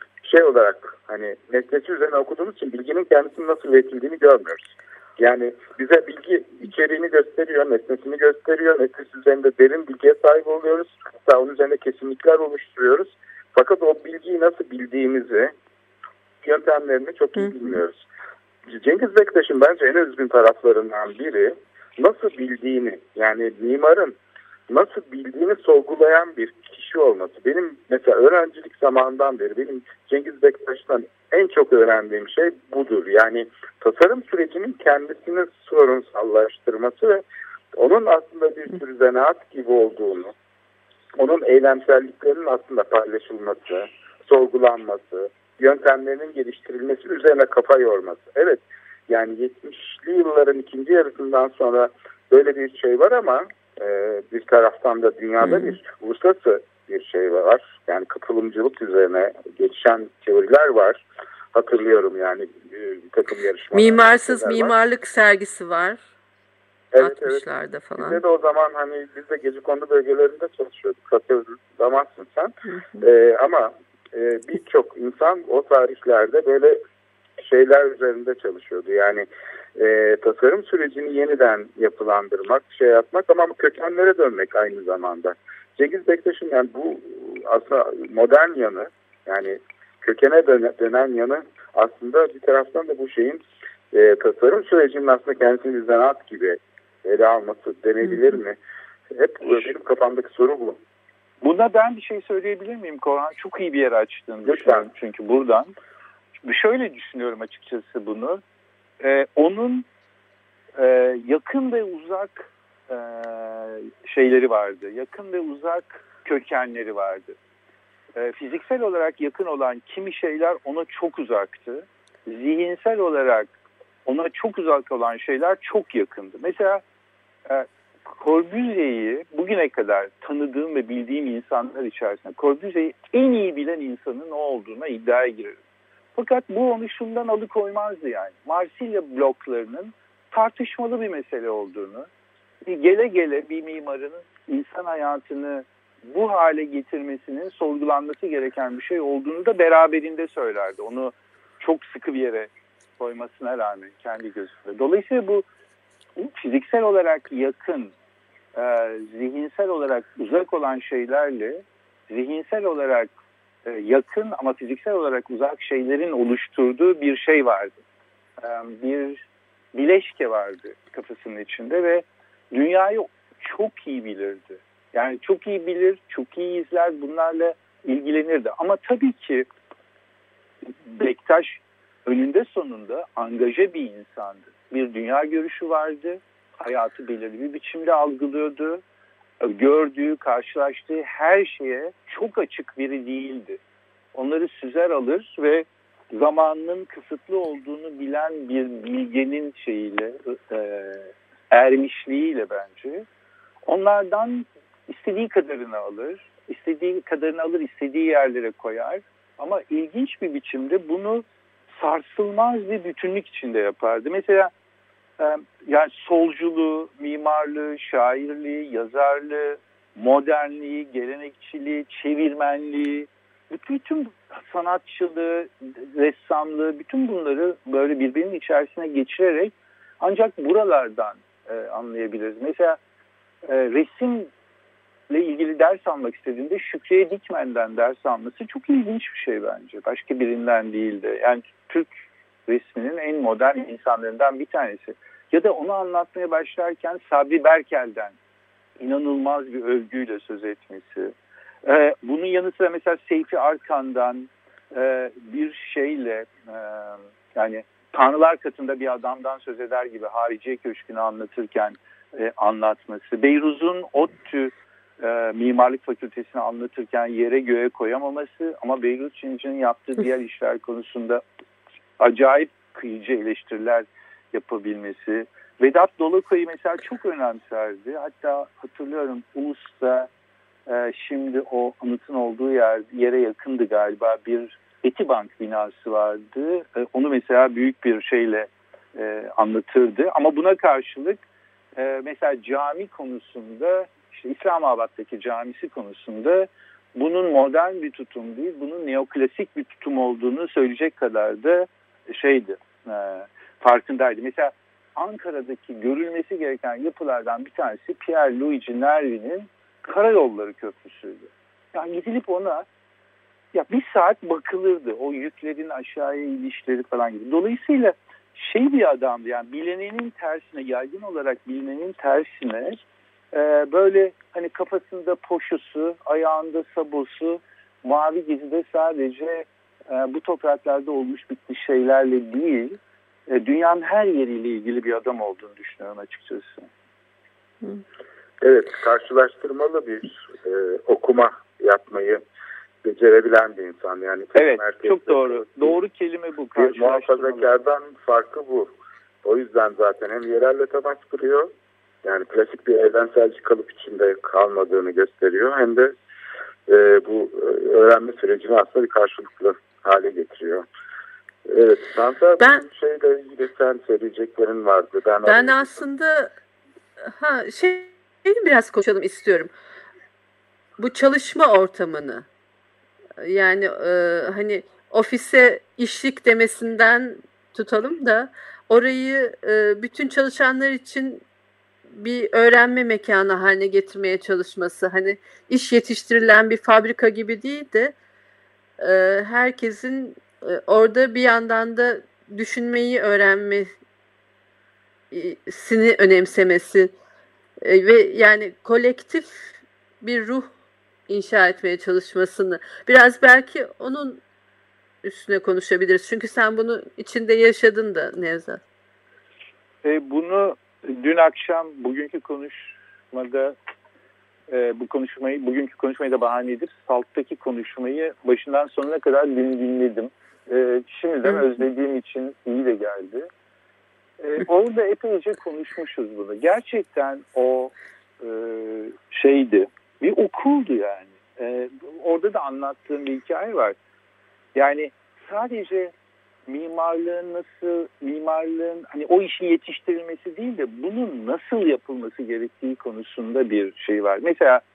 olarak hani nesnesi üzerine okuduğumuz için bilginin kendisinin nasıl üretildiğini görmüyoruz. Yani bize bilgi içeriğini gösteriyor, nesnesini gösteriyor. Nesnesi üzerinde derin bilgiye sahip oluyoruz. Hatta onun üzerinde kesinlikler oluşturuyoruz. Fakat o bilgiyi nasıl bildiğimizi, yöntemlerini çok iyi bilmiyoruz. Cengiz Bektaş'ın bence en özgün taraflarından biri nasıl bildiğini, yani mimarın nasıl bildiğini sorgulayan bir kişi olması. Benim mesela öğrencilik zamanından beri benim Cengiz Bektaş'tan en çok öğrendiğim şey budur. Yani tasarım sürecinin kendisini sorunsallaştırması ve onun aslında bir tür zanaat gibi olduğunu, onun eylemselliklerinin aslında paylaşılması, sorgulanması, yöntemlerinin geliştirilmesi üzerine kafa yorması. Evet, yani 70'li yılların ikinci yarısından sonra böyle bir şey var ama bir taraftan da dünyada bir uluslararası bir şey var. Yani katılımcılık üzerine gelişen teoriler var. Hatırlıyorum yani bir takım yarışmalar. Mimarsız mimarlık sergisi var. Evet, 60'larda falan. Biz de o zaman hani biz de Gecekondu bölgelerinde çalışıyorduk. Hatırlamazsın sen. Ama birçok insan o tarihlerde böyle şeyler üzerinde çalışıyordu. Yani tasarım sürecini yeniden yapılandırmak, yapmak ama kökenlere dönmek aynı zamanda. Cengiz Bektaş'ın yani bu aslında modern yanı, yani kökene dönen yanı aslında bir taraftan da bu şeyin tasarım sürecinin aslında kendisini bir zanaat gibi ele alması denebilir mi? Hep benim kafamdaki soru bu. Buna ben bir şey söyleyebilir miyim Korhan? Çok iyi bir yer açtın. Lütfen. Çünkü buradan. Şöyle düşünüyorum açıkçası bunu. Onun yakın ve uzak şeyleri vardı. Yakın ve uzak kökenleri vardı. Fiziksel olarak yakın olan kimi şeyler ona çok uzaktı. Zihinsel olarak ona çok uzak olan şeyler çok yakındı. Mesela Corbusier'i bugüne kadar tanıdığım ve bildiğim insanlar içerisinde Corbusier'i en iyi bilen insanın o olduğuna iddiaya girerim. Fakat bu onu şundan alıkoymazdı yani. Marsilya bloklarının tartışmalı bir mesele olduğunu, gele gele bir mimarın insan hayatını bu hale getirmesinin sorgulanması gereken bir şey olduğunu da beraberinde söylerdi. Onu çok sıkı bir yere koymasına rağmen kendi gözünde. Dolayısıyla bu fiziksel olarak yakın, zihinsel olarak uzak olan şeylerle zihinsel olarak yakın ama fiziksel olarak uzak şeylerin oluşturduğu bir şey vardı. Bir bileşke vardı kafasının içinde ve dünyayı çok iyi bilirdi. Yani çok iyi bilir, çok iyi izler, bunlarla ilgilenirdi. Ama tabii ki Bektaş önünde sonunda angaje bir insandı. Bir dünya görüşü vardı, hayatı belirli bir biçimde algılıyordu. Gördüğü, karşılaştığı her şeye çok açık biri değildi. Onları süzer alır ve zamanının kısıtlı olduğunu bilen bir bilgenin ermişliğiyle bence onlardan istediği kadarını alır, istediği yerlere koyar. Ama ilginç bir biçimde bunu sarsılmaz bir bütünlük içinde yapardı. Mesela yani solculuğu, mimarlığı, şairliği, yazarlığı, modernliği, gelenekçiliği, çevirmenliği, bütün sanatçılığı, ressamlığı, bütün bunları böyle birbirinin içerisine geçirerek ancak buralardan anlayabiliriz. Mesela resimle ilgili ders almak istediğinde Şükriye Dikmen'den ders alması çok ilginç bir şey bence. Başka birinden değil de. Yani Türk resminin en modern insanlarından bir tanesi. Ya da onu anlatmaya başlarken Sabri Berkel'den inanılmaz bir övgüyle söz etmesi. Bunun yanı sıra mesela Seyfi Arkan'dan bir şeyle yani Tanrılar Katı'nda bir adamdan söz eder gibi Hariciye Köşkü'nü anlatırken anlatması. Beyruz'un ODTÜ Mimarlık Fakültesini anlatırken yere göğe koyamaması ama Beyruz Çinci'nin yaptığı diğer işler konusunda acayip kıyıcı eleştiriler yapabilmesi. Vedat Dolakoy'u mesela çok önemserdi. Hatta hatırlıyorum Ulus'ta şimdi o anıtın olduğu yere yakındı galiba bir Etibank binası vardı. Onu mesela büyük bir şeyle anlatırdı. Ama buna karşılık mesela cami konusunda işte İslamabad'daki camisi konusunda bunun modern bir tutum değil, bunun neoklasik bir tutum olduğunu söyleyecek kadar da farkındaydı. Mesela Ankara'daki görülmesi gereken yapılardan bir tanesi Pierre Luigi Nervi'nin Karayolları Köprüsü'ydü. Yani gidilip ona bir saat bakılırdı. O yüklerin aşağıya inişleri falan gibi. Dolayısıyla bir adamdı yani bilinenin tersine, yaygın olarak bilinenin tersine böyle hani kafasında poşusu, ayağında sabosu, mavi gezide sadece bu topraklarda olmuş bitmiş şeylerle değil, dünyanın her yeriyle ilgili bir adam olduğunu düşünüyorum açıkçası. Evet, karşılaştırmalı bir okuma yapmayı becerebilen bir insan. Yani evet, çok doğru. Doğru kelime bu. Bir muhafazakardan farkı bu. O yüzden zaten hem yerelle temas kuruyor, yani klasik bir evrenselci kalıp içinde kalmadığını gösteriyor, hem de bu öğrenme sürecini aslında bir karşılıklı hale getiriyor. Evet, Santa, bu şeyle ilgili sen söyleyeceklerin vardı. Ben aslında biraz konuşalım istiyorum. Bu çalışma ortamını, yani hani ofise işlik demesinden tutalım da orayı bütün çalışanlar için bir öğrenme mekanı haline getirmeye çalışması, hani iş yetiştirilen bir fabrika gibi değil de herkesin orada bir yandan da düşünmeyi öğrenmesini önemsemesi ve yani kolektif bir ruh inşa etmeye çalışmasını, biraz belki onun üstüne konuşabiliriz. Çünkü sen bunu içinde yaşadın da Nevzat. Bunu dün akşam bugünkü konuşmada bugünkü konuşmayı da bahane edip Salt'taki konuşmayı başından sonuna kadar dinledim. Şimdiden özlediğim için iyi de geldi. Orada epeyce konuşmuşuz bunu. Gerçekten o bir okuldu yani. Orada da anlattığım bir hikaye var. Yani sadece mimarlığın hani o işin yetiştirilmesi değil de bunun nasıl yapılması gerektiği konusunda bir şey var. Mesela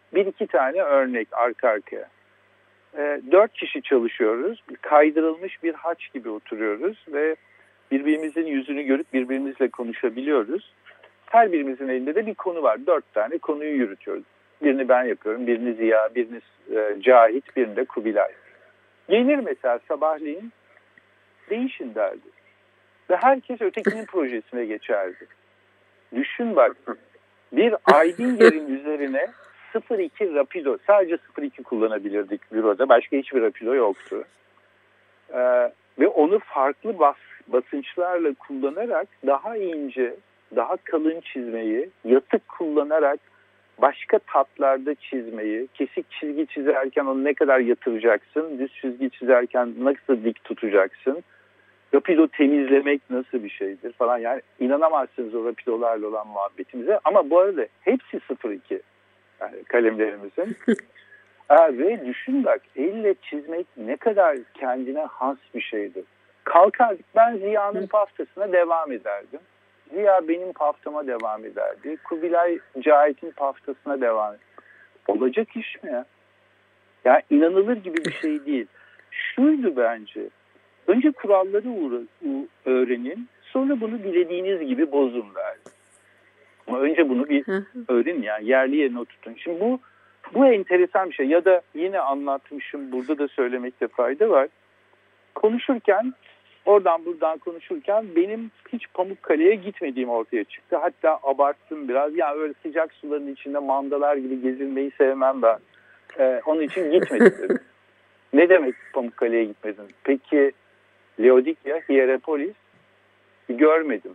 bir iki tane örnek arka arkaya. 4 kişi çalışıyoruz. Kaydırılmış bir haç gibi oturuyoruz ve birbirimizin yüzünü görüp birbirimizle konuşabiliyoruz. Her birimizin elinde de bir konu var. 4 tane konuyu yürütüyoruz. Birini ben yapıyorum, birini Ziya, birini Cahit, birini de Kubilay. Gelir mesela sabahleyin değişin derdi. Ve herkes ötekinin projesine geçerdi. Düşün bak, bir Aydinger'in üzerine 0.2 Rapido, sadece 0.2 kullanabilirdik büroda. Başka hiçbir Rapido yoktu. Ve onu farklı basınçlarla kullanarak daha ince, daha kalın çizmeyi, yatık kullanarak başka tatlarda çizmeyi, kesik çizgi çizerken onu ne kadar yatıracaksın, düz çizgi çizerken nasıl dik tutacaksın, Rapido temizlemek nasıl bir şeydir falan. Yani inanamazsınız o Rapido'larla olan muhabbetimize. Ama bu arada hepsi 0.2 yani kalemlerimizin. Ve düşün bak, elle çizmek ne kadar kendine has bir şeydi. Kalkardık, ben Ziya'nın paftasına devam ederdim. Ziya benim paftama devam ederdi. Kubilay Cahit'in paftasına devam ederdi. Olacak iş mi ya? Ya inanılır gibi bir şey değil. Şuydu bence. Önce kuralları öğrenin, sonra bunu dilediğiniz gibi bozun derdi. Ama önce bunu bir öğrenin yani yerli yerine oturtun. Şimdi bu enteresan bir şey. Ya da yine anlatmışım, burada da söylemekte fayda var. Konuşurken, oradan buradan konuşurken benim hiç Pamukkale'ye gitmediğim ortaya çıktı. Hatta abarttım biraz. Yani öyle sıcak suların içinde mandalar gibi gezinmeyi sevmem ben. Onun için gitmedim. Ne demek Pamukkale'ye gitmedin? Peki Laodikya, Hierapolis görmedim.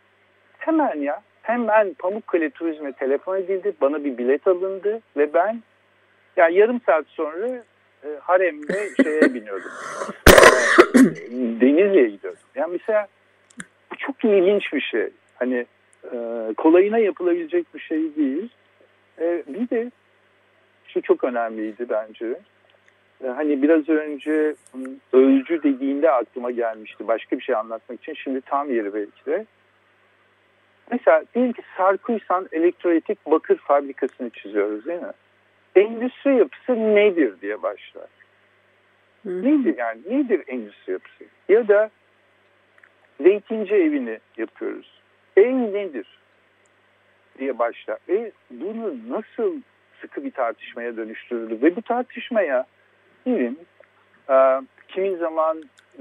Hemen Pamukkale Turizm'e telefon edildi. Bana bir bilet alındı ve ben yani yarım saat sonra haremle şeye biniyordum. Denizli'ye gidiyordum. Yani mesela bu çok ilginç bir şey. Hani kolayına yapılabilecek bir şey değil. Bir de şu çok önemliydi bence. Hani biraz önce ölçü dediğinde aklıma gelmişti. Başka bir şey anlatmak için. Şimdi tam yeri belki de. Mesela diyelim ki Sarkuysan elektrolytik bakır fabrikasını çiziyoruz değil mi? Endüstri yapısı nedir diye başlar. Nedir yani? Nedir endüstri yapısı? Ya da zeytinci evini yapıyoruz. Ev nedir diye başlar. Ve bunu nasıl sıkı bir tartışmaya dönüştürüldü? Ve bu tartışmaya kimi zaman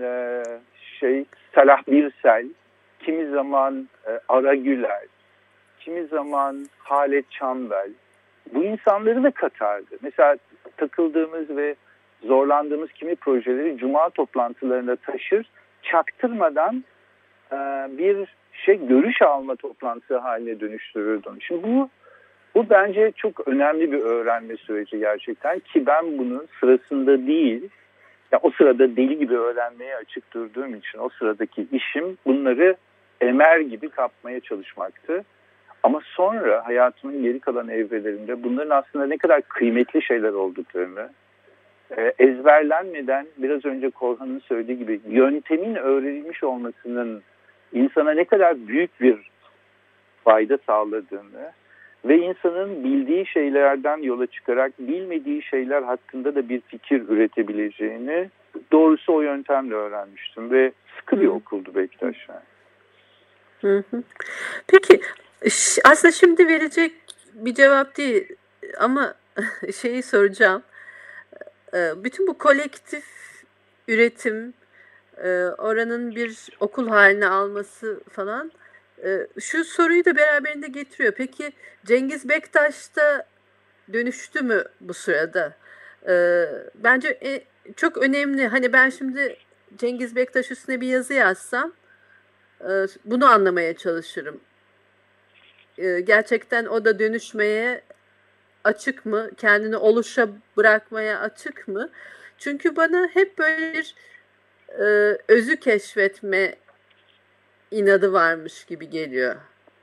Salah Birsel, kimi zaman Ara Güler, kimi zaman Halet Çambel, bu insanları da katardı. Mesela takıldığımız ve zorlandığımız kimi projeleri cuma toplantılarına taşır, çaktırmadan bir görüş alma toplantısı haline dönüştürürdü. Şimdi bu bence çok önemli bir öğrenme süreci gerçekten ki ben bunun sırasında değil, ya o sırada deli gibi öğrenmeye açık durduğum için o sıradaki işim bunları emer gibi kapmaya çalışmaktı. Ama sonra hayatımın geri kalan evrelerinde bunların aslında ne kadar kıymetli şeyler olduklarını, ezberlenmeden biraz önce Korhan'ın söylediği gibi yöntemin öğrenilmiş olmasının insana ne kadar büyük bir fayda sağladığını ve insanın bildiği şeylerden yola çıkarak bilmediği şeyler hakkında da bir fikir üretebileceğini doğrusu o yöntemle öğrenmiştim ve sıkı bir okuldu Bektaş. Peki aslında şimdi verecek bir cevap değil ama şeyi soracağım. Bütün bu kolektif üretim, oranın bir okul haline alması falan şu soruyu da beraberinde getiriyor. Peki Cengiz Bektaş da dönüştü mü bu sırada? Bence çok önemli. Hani ben şimdi Cengiz Bektaş üstüne bir yazı yazsam bunu anlamaya çalışırım. Gerçekten o da dönüşmeye açık mı? Kendini oluşa bırakmaya açık mı? Çünkü bana hep böyle bir özü keşfetme inadı varmış gibi geliyor.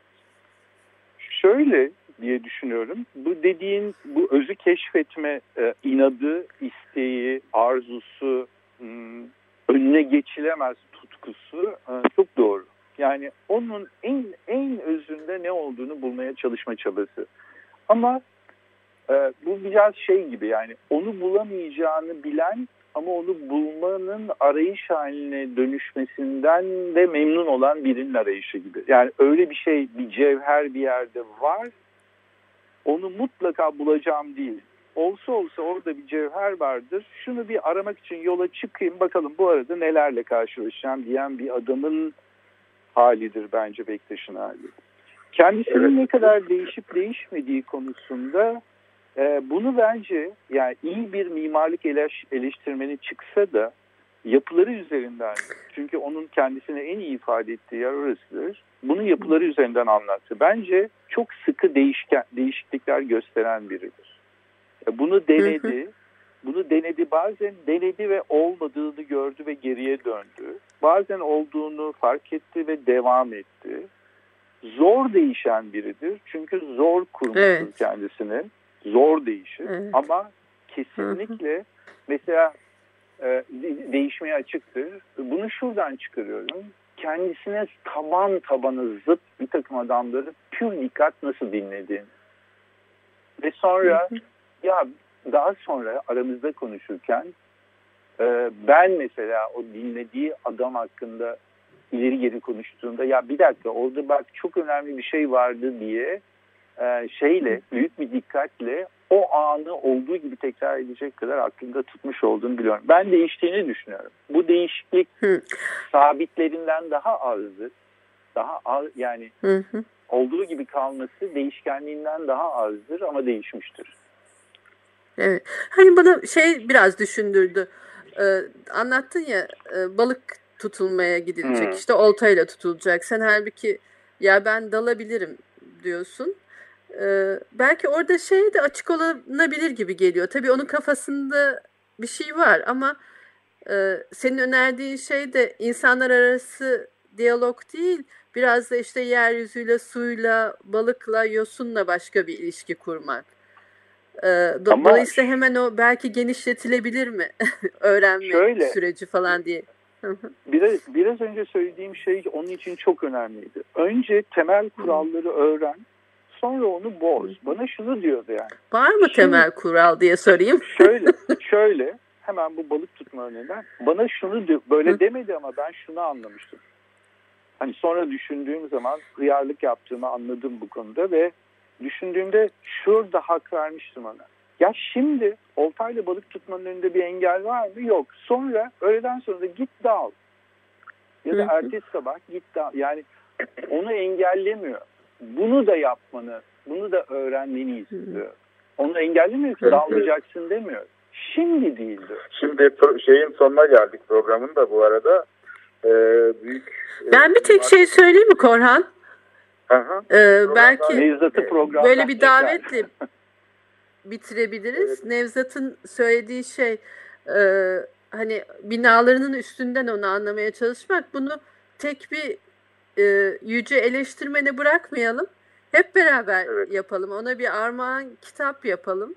Şöyle diye düşünüyorum. Bu dediğin bu özü keşfetme inadı, isteği, arzusu, önüne geçilemez tutkusu çok doğru. Yani onun en özünde ne olduğunu bulmaya çalışma çabası. Ama bu biraz şey gibi, yani onu bulamayacağını bilen ama onu bulmanın arayış haline dönüşmesinden de memnun olan birinin arayışı gibi. Yani öyle bir şey, bir cevher bir yerde var, onu mutlaka bulacağım değil. Olsa olsa orada bir cevher vardır, şunu bir aramak için yola çıkayım, bakalım bu arada nelerle karşılaşacağım diyen bir adamın halidir bence Bektaş'ın hali. Kendisinin ne kadar değişip değişmediği konusunda bunu bence, yani iyi bir mimarlık eleştirmeni çıksa da yapıları üzerinden, çünkü onun kendisini en iyi ifade ettiği yer orasıdır, bunu yapıları üzerinden anlattı. Bence çok sıkı değişiklikler gösteren biridir. Bunu denedi. Bunu denedi, bazen denedi ve olmadığını gördü ve geriye döndü. Bazen olduğunu fark etti ve devam etti. Zor değişen biridir. Çünkü zor kurmuştur kendisini. Zor değişir. Ama kesinlikle mesela değişmeye açıktır. Bunu şuradan çıkarıyorum. Kendisine taban tabana zıt bir takım adamları pür dikkat nasıl dinlediğini. Ve sonra ya daha sonra aramızda konuşurken ben mesela o dinlediği adam hakkında ileri geri konuştuğunda ya bir dakika orada bak çok önemli bir şey vardı diye büyük bir dikkatle o anı olduğu gibi tekrar edecek kadar aklımda tutmuş olduğunu biliyorum. Ben değiştiğini düşünüyorum. Bu değişiklik sabitlerinden daha azdır. Daha az, yani olduğu gibi kalması değişkenliğinden daha azdır ama değişmiştir. Evet. Hani bana biraz düşündürdü. Anlattın ya balık tutulmaya gidilecek. İşte oltayla tutulacak. Sen halbuki ya ben dalabilirim diyorsun. Belki orada de açık olunabilir gibi geliyor. Tabii onun kafasında bir şey var ama senin önerdiğin şey de insanlar arası diyalog değil. Biraz da işte yeryüzüyle, suyla, balıkla, yosunla başka bir ilişki kurmak. Dolayısıyla hemen o belki genişletilebilir mi? Öğrenme süreci falan diye. Biraz önce söylediğim şey onun için çok önemliydi. Önce temel kuralları öğren, sonra onu boz. Bana şunu diyordu yani. Var mı temel kural diye sorayım. Şöyle hemen bu balık tutma örneğinden bana şunu böyle demedi ama ben şunu anlamıştım. Hani sonra düşündüğüm zaman hıyarlık yaptığımı anladım bu konuda ve düşündüğümde şurada hak vermiştim ona. Ya şimdi oltayla balık tutmanın önünde bir engel var mı? Yok. Sonra öğleden sonra da git dal. Ya da ertesi sabah git dal. Yani onu engellemiyor. Bunu da yapmanı, bunu da öğrenmeni istiyor. Onu engellemiyor ki dalmayacaksın demiyor. Şimdi değildi. Şimdi şeyin sonuna geldik programın da bu arada. Ben bir tek şey söyleyeyim mi Korhan? Belki böyle bir davetle bitirebiliriz. Evet. Nevzat'ın söylediği şey hani binalarının üstünden onu anlamaya çalışmak. Bunu tek bir yüce eleştirmene bırakmayalım. Hep beraber yapalım. Ona bir armağan kitap yapalım.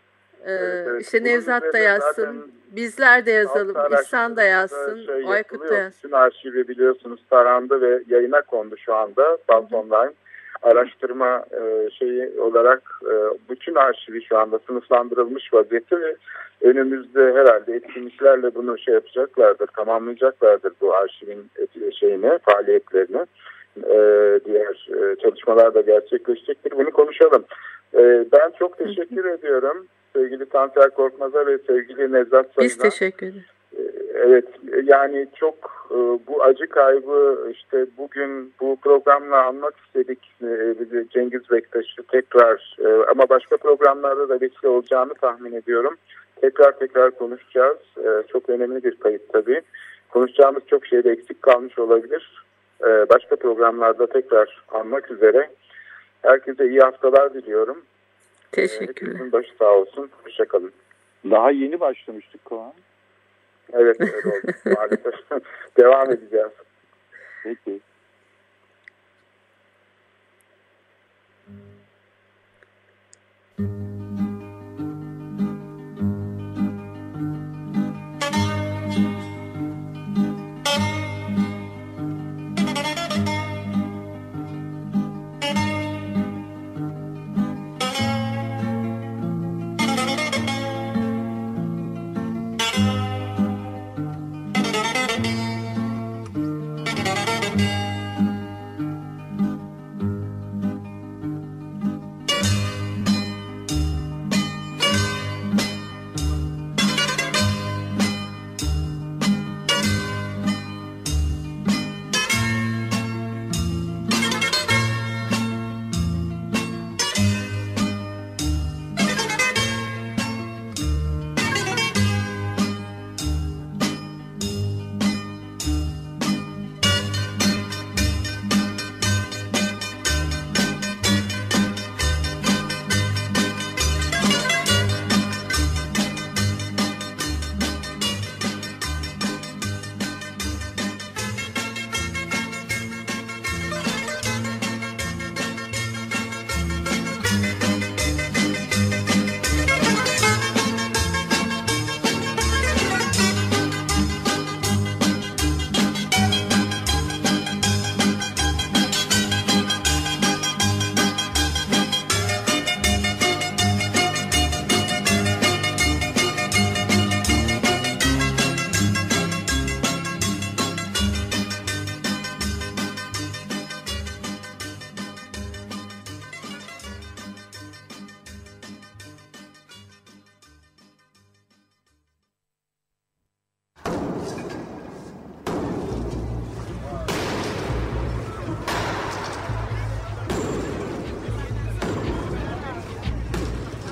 İşte Nevzat da yazsın. Bizler de yazalım. İhsan da yazsın. Aykut da yazsın. Bütün arşivi biliyorsunuz tarandı ve yayına kondu şu anda. Salt Online araştırma şeyi olarak bütün arşivi şu anda sınıflandırılmış vaziyette ve önümüzde herhalde etkinliklerle bunu yapacaklardır, tamamlayacaklardır bu arşivin faaliyetlerini. Diğer çalışmalar da gerçekleşecektir. Bunu konuşalım. Ben çok teşekkür ediyorum sevgili Tanser Korkmaz'a ve sevgili Nevzat Sayın'a. Biz teşekkür ederiz. Evet, yani çok bu acı kaybı işte bugün bu programla anmak istedik Cengiz Bektaş'ı tekrar ama başka programlarda da vesile olacağını tahmin ediyorum. Tekrar konuşacağız. Çok önemli bir kayıt tabii. Konuşacağımız çok şeyde eksik kalmış olabilir. Başka programlarda tekrar anmak üzere. Herkese iyi haftalar diliyorum. Teşekkürler. Hepinizin başı sağ olsun. Hoşçakalın. Daha yeni başlamıştık Kohan. Evet öyle oldu. Maalesef. Devam edeceğiz. Peki.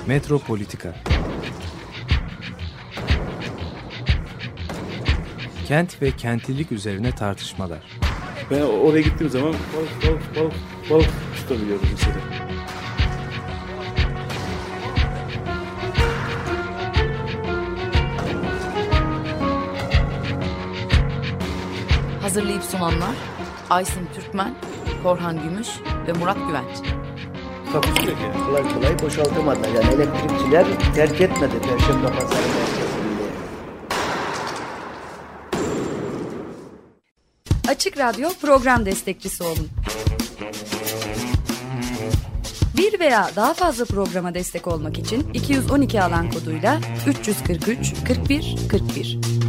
Metropolitika. Kent ve kentlilik üzerine tartışmalar. Ben oraya gittiğim zaman balık tutabiliyorum mesela. Hazırlayıp sunanlar Aysin Türkmen, Korhan Gümüş ve Murat Güvenç. Takusu yok yani. Kolay kolay boşaltamadılar. Yani elektrikçiler terk etmedi Perşembe Pazarı merkezini. Açık Radyo program destekçisi olun. Bir veya daha fazla programa destek olmak için 212 alan koduyla 343 41 41.